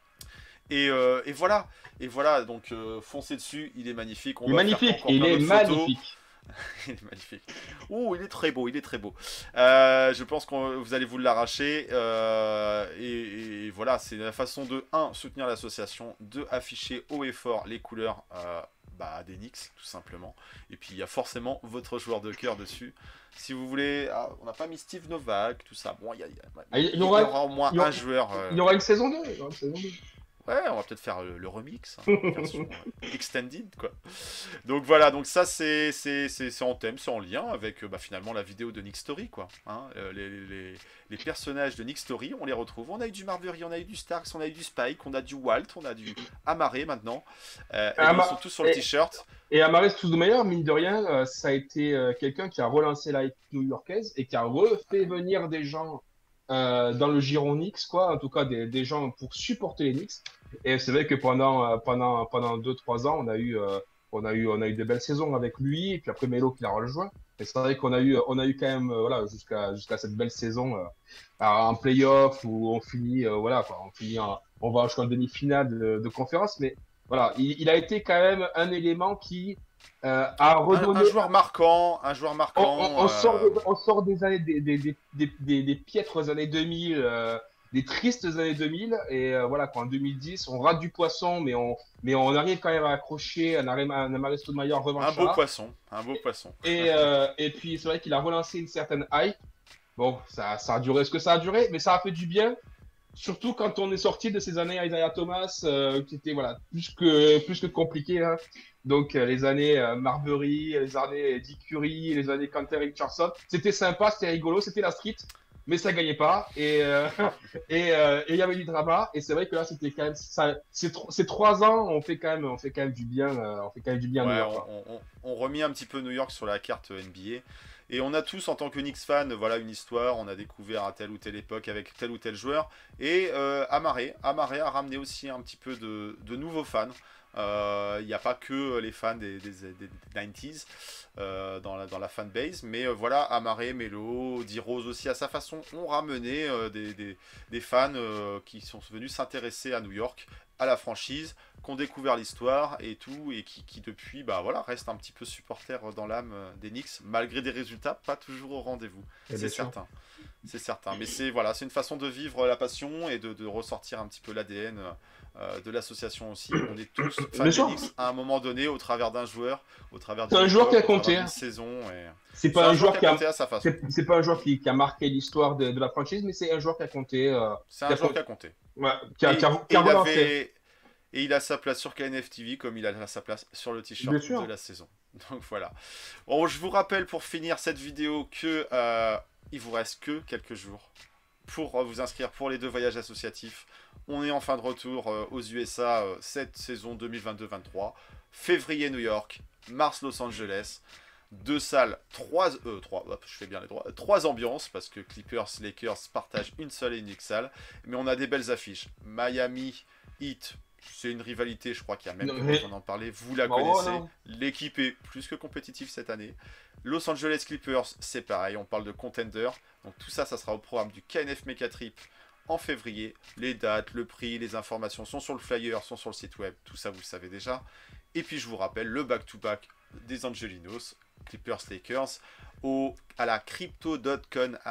Et, euh, et voilà, et voilà, donc euh, foncez dessus, il est magnifique. On Il est va faire magnifique. encore Il plein est d'autres photos. magnifique. Il est magnifique. Oh, il est très beau, il est très beau. Euh, je pense que vous allez vous l'arracher. Euh, et, et voilà, c'est la façon de, un, soutenir l'association, deux, afficher haut et fort les couleurs euh, bah, des Knicks, tout simplement. Et puis, il y a forcément votre joueur de cœur dessus. Si vous voulez... Ah, on n'a pas mis Steve Novak, tout ça. Bon, il y, a, il y, a, Ah, il y il y aura, aura au moins il y aura, un joueur... euh, il y aura une saison deux. Il y aura une saison deux. Ouais, on va peut-être faire le, le remix, hein, version euh, extended, quoi. Donc voilà, donc ça c'est c'est c'est c'est en thème, c'est en lien avec euh, bah, finalement la vidéo de Nick Story, quoi. Hein. Euh, les, les, les personnages de Nick Story, on les retrouve. On a eu du Marbury, on a eu du Starks, on a eu du Spike, on a du Walt, on a du Amaré maintenant. Euh, et Ama- ils sont tous sur le et- t-shirt. Et Amaris Stoudemire, mine de rien, euh, ça a été euh, quelqu'un qui a relancé la hype new-yorkaise et qui a refait venir des gens euh, dans le giron Knicks, quoi, en tout cas des, des gens pour supporter les Knicks. Et c'est vrai que pendant euh, pendant pendant deux trois ans, on a eu euh, on a eu on a eu des belles saisons avec lui et puis après Melo qui l'a rejoint. Et c'est vrai qu'on a eu on a eu quand même euh, voilà jusqu'à jusqu'à cette belle saison euh, en playoff où on finit euh, voilà quoi, on finit en, on va jusqu'en demi-finale de, de conférence, mais voilà, il, il a été quand même un élément qui euh, a Un, redonné. un joueur marquant, un joueur On, marquant. on- on sort euh, des, on sort des années, des, des, des, des, des- des piètres années deux mille, euh, des tristes années deux mille, et euh, voilà, quoi, en deux mille dix, on rate du poisson, mais on, mais on arrive quand même à accrocher un, arrêt- un Amaris Stoudemire un beau revanchard. poisson, un beau poisson. Et, euh, et puis, c'est vrai qu'il a relancé une certaine hype. Bon, ça, ça a duré ce que ça a duré, mais ça a fait du bien. Surtout quand on est sorti de ces années Isaiah Thomas, euh, qui étaient voilà, plus que, plus que compliquées. Hein. Donc, euh, les années euh, Marbury, les années Dick Curry, les années Canter Richardson. C'était sympa, c'était rigolo, c'était la street, mais ça gagnait pas. Et euh, et euh, et il y avait du drama. Et c'est vrai que là, c'était quand même. Ça, ces, tro- ces trois ans, on fait quand même, on fait quand même du bien. Euh, on fait quand même du bien à New Ouais, York, quoi. on, on, on, on remet un petit peu New York sur la carte N B A. Et on a tous, en tant que Knicks fans, voilà une histoire. On a découvert à telle ou telle époque avec tel ou tel joueur. Et euh, Amaré, Amaré a ramené aussi un petit peu de, de nouveaux fans. Il euh, n'y a pas que les fans des, des, des, des nineties euh, dans, la, dans la fanbase. Mais euh, voilà, Amaré, Melo, D-Rose aussi à sa façon ont ramené euh, des, des, des fans euh, qui sont venus s'intéresser à New York, à la franchise, qui ont découvert l'histoire et tout, et qui, qui depuis bah, voilà, restent un petit peu supporters dans l'âme des Knicks, malgré des résultats pas toujours au rendez-vous. Et C'est bien sûr. certain. C'est certain. Mais c'est voilà, c'est une façon de vivre la passion et de, de ressortir un petit peu l'A D N euh, de l'association aussi. On est tous fans Bien des sûr. Knicks à un moment donné, au travers d'un joueur, au travers C'est d'une un joueur qui a époque, au compté, travers hein. d'une saison. Et... C'est C'est pas un un joueur joueur qui qui a a, compté à sa façon. c'est c'est pas un joueur qui, qui a marqué l'histoire de, de la franchise, mais c'est un joueur qui a compté. Euh, C'est qui un a, joueur qui a compté. ouais, qui a, Et, qui a, et qui a il relancé. avait... Et il a sa place sur K N F T V comme il a sa place sur le t-shirt Bien sûr. de la saison. Donc voilà. Bon, je vous rappelle pour finir cette vidéo que euh, il vous reste que quelques jours pour vous inscrire pour les deux voyages associatifs. On est en fin de retour euh, aux U S A euh, cette saison deux mille vingt-deux vingt-trois. Février New York, mars Los Angeles. Deux salles, trois, euh, trois, hop, je fais bien les droits, trois ambiances parce que Clippers, Lakers partagent une seule et unique salle. Mais on a des belles affiches. Miami Heat. C'est une rivalité, je crois qu'il y a même Non, plus mais- besoin d'en parler. Vous la Bon, connaissez. non. L'équipe est plus que compétitive cette année. Los Angeles Clippers, c'est pareil. On parle de contender. Donc tout ça, ça sera au programme du K N F Mecha Trip en février. Les dates, le prix, les informations sont sur le flyer, sont sur le site web. Tout ça, vous le savez déjà. Et puis, je vous rappelle, le back-to-back des Angelinos, Clippers Lakers, au, à la crypto point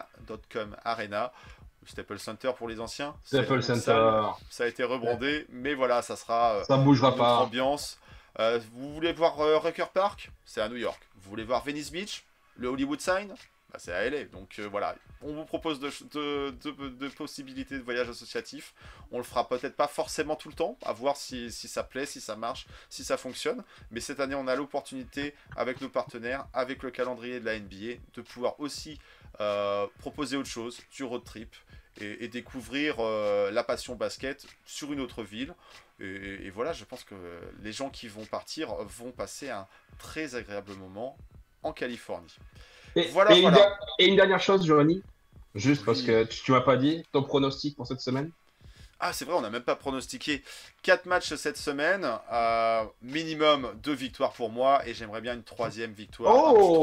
com Arena. Staples Center pour les anciens. C'est Staples la même Center. salle. Ça a été rebrandé, mais voilà, ça sera euh, Ça bougera une autre pas. ambiance. Euh, vous voulez voir euh, Rucker Park? C'est à New York. Vous voulez voir Venice Beach? Le Hollywood Sign? Bah, c'est à L A. Donc euh, voilà, on vous propose de, de, de, de possibilités de voyage associatif. On le fera peut-être pas forcément tout le temps, à voir si, si ça plaît, si ça marche, si ça fonctionne. Mais cette année, on a l'opportunité, avec nos partenaires, avec le calendrier de la N B A, de pouvoir aussi euh, proposer autre chose, du road trip, et, et découvrir euh, la passion basket sur une autre ville. Et, et voilà, je pense que les gens qui vont partir vont passer un très agréable moment en Californie. Et, Voilà, et, voilà. Une, et une dernière chose, Johnny, juste Oui. parce que tu, tu m'as pas dit ton pronostic pour cette semaine. Ah, c'est vrai, on n'a même pas pronostiqué. quatre matchs cette semaine, euh, minimum deux victoires pour moi, et j'aimerais bien une troisième victoire.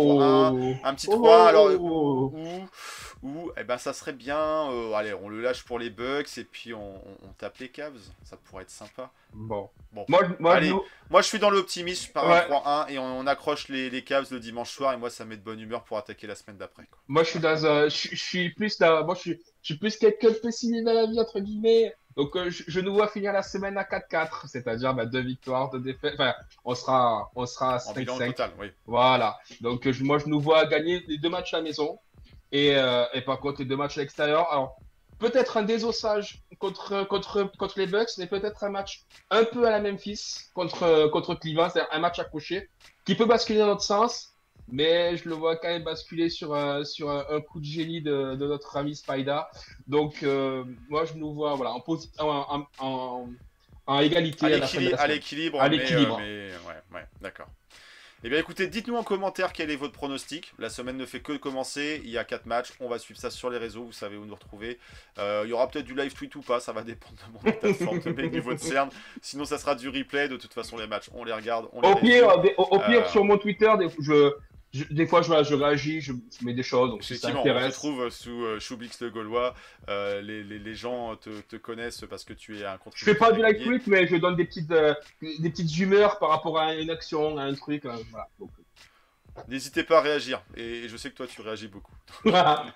Oh, un petit trois un, un petit trois, alors oh. où, où eh ben, ça serait bien, euh, allez, on le lâche pour les Bucks, et puis on, on, on tape les Cavs, ça pourrait être sympa. Bon. Bon. Moi, moi, Allez, nous... moi je suis dans l'optimisme par Ouais. un trois un, et on, on accroche les, les Cavs le dimanche soir, et moi ça met de bonne humeur pour attaquer la semaine d'après. Quoi. Moi, je suis dans un, je, je suis plus dans, moi, je suis, je suis plus quelqu'un de pessimiste dans la vie, entre guillemets. Donc, euh, je, je nous vois finir la semaine à quatre quatre, c'est-à-dire bah, deux victoires, deux défaites. Enfin, on sera, on sera à En cinq bilan cinq. total, oui. Voilà. Donc, euh, je- moi, je nous vois gagner les deux matchs à la maison. Et, euh, et par contre, les deux matchs à l'extérieur. Alors, peut-être un désossage contre, contre, contre les Bucks, mais peut-être un match un peu à la Memphis contre, contre Cleveland, c'est-à-dire un match accroché qui peut basculer dans notre sens. Mais je le vois quand même basculer sur un, sur un, un coup de génie de, de notre ami Spida. Donc, euh, moi, je nous vois voilà, en, posi- en, en, en, en égalité À à la fin de la semaine. l'équilibre, À mais, l'équilibre. euh, mais ouais, ouais, d'accord. Eh bien écoutez, dites-nous en commentaire quel est votre pronostic. La semaine ne fait que commencer, il y a quatre matchs, on va suivre ça sur les réseaux, vous savez où nous retrouver. Euh, il y aura peut-être du live tweet ou pas, ça va dépendre de mon état de forme, de mes niveaux de cerne. Sinon ça sera du replay, de toute façon les matchs, on les regarde, on les Au résume. pire, des- au, au pire Euh, sur mon Twitter, des, je, je- des fois, je, je réagis, je, je mets des choses. Donc, si ça Effectivement, on te intéresse. trouve sous euh, Choubix le Gaulois, euh, les, les, les gens te, te connaissent parce que tu es un Je contributeur fais pas du live régulier. tweet, mais je donne des petites, euh, des petites humeurs par rapport à une action, à un truc. euh, voilà. Donc, N'hésitez pas à réagir, et je sais que toi tu réagis beaucoup. euh,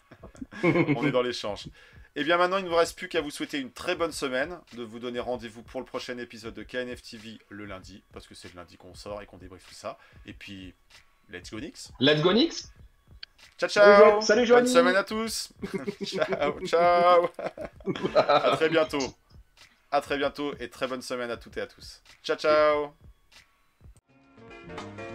On est dans l'échange. Et bien maintenant, il ne vous reste plus qu'à vous souhaiter une très bonne semaine, de vous donner rendez-vous pour le prochain épisode de K N F T V le lundi, parce que c'est le lundi qu'on sort et qu'on débriefe tout ça. Et puis, let's go Knicks. Let's go Knicks. Ciao, Salut, ciao. Jo- salut, Bonne Johnny. semaine à tous. Ciao, ciao. À très bientôt. À très bientôt et très bonne semaine à toutes et à tous. Ciao, ciao.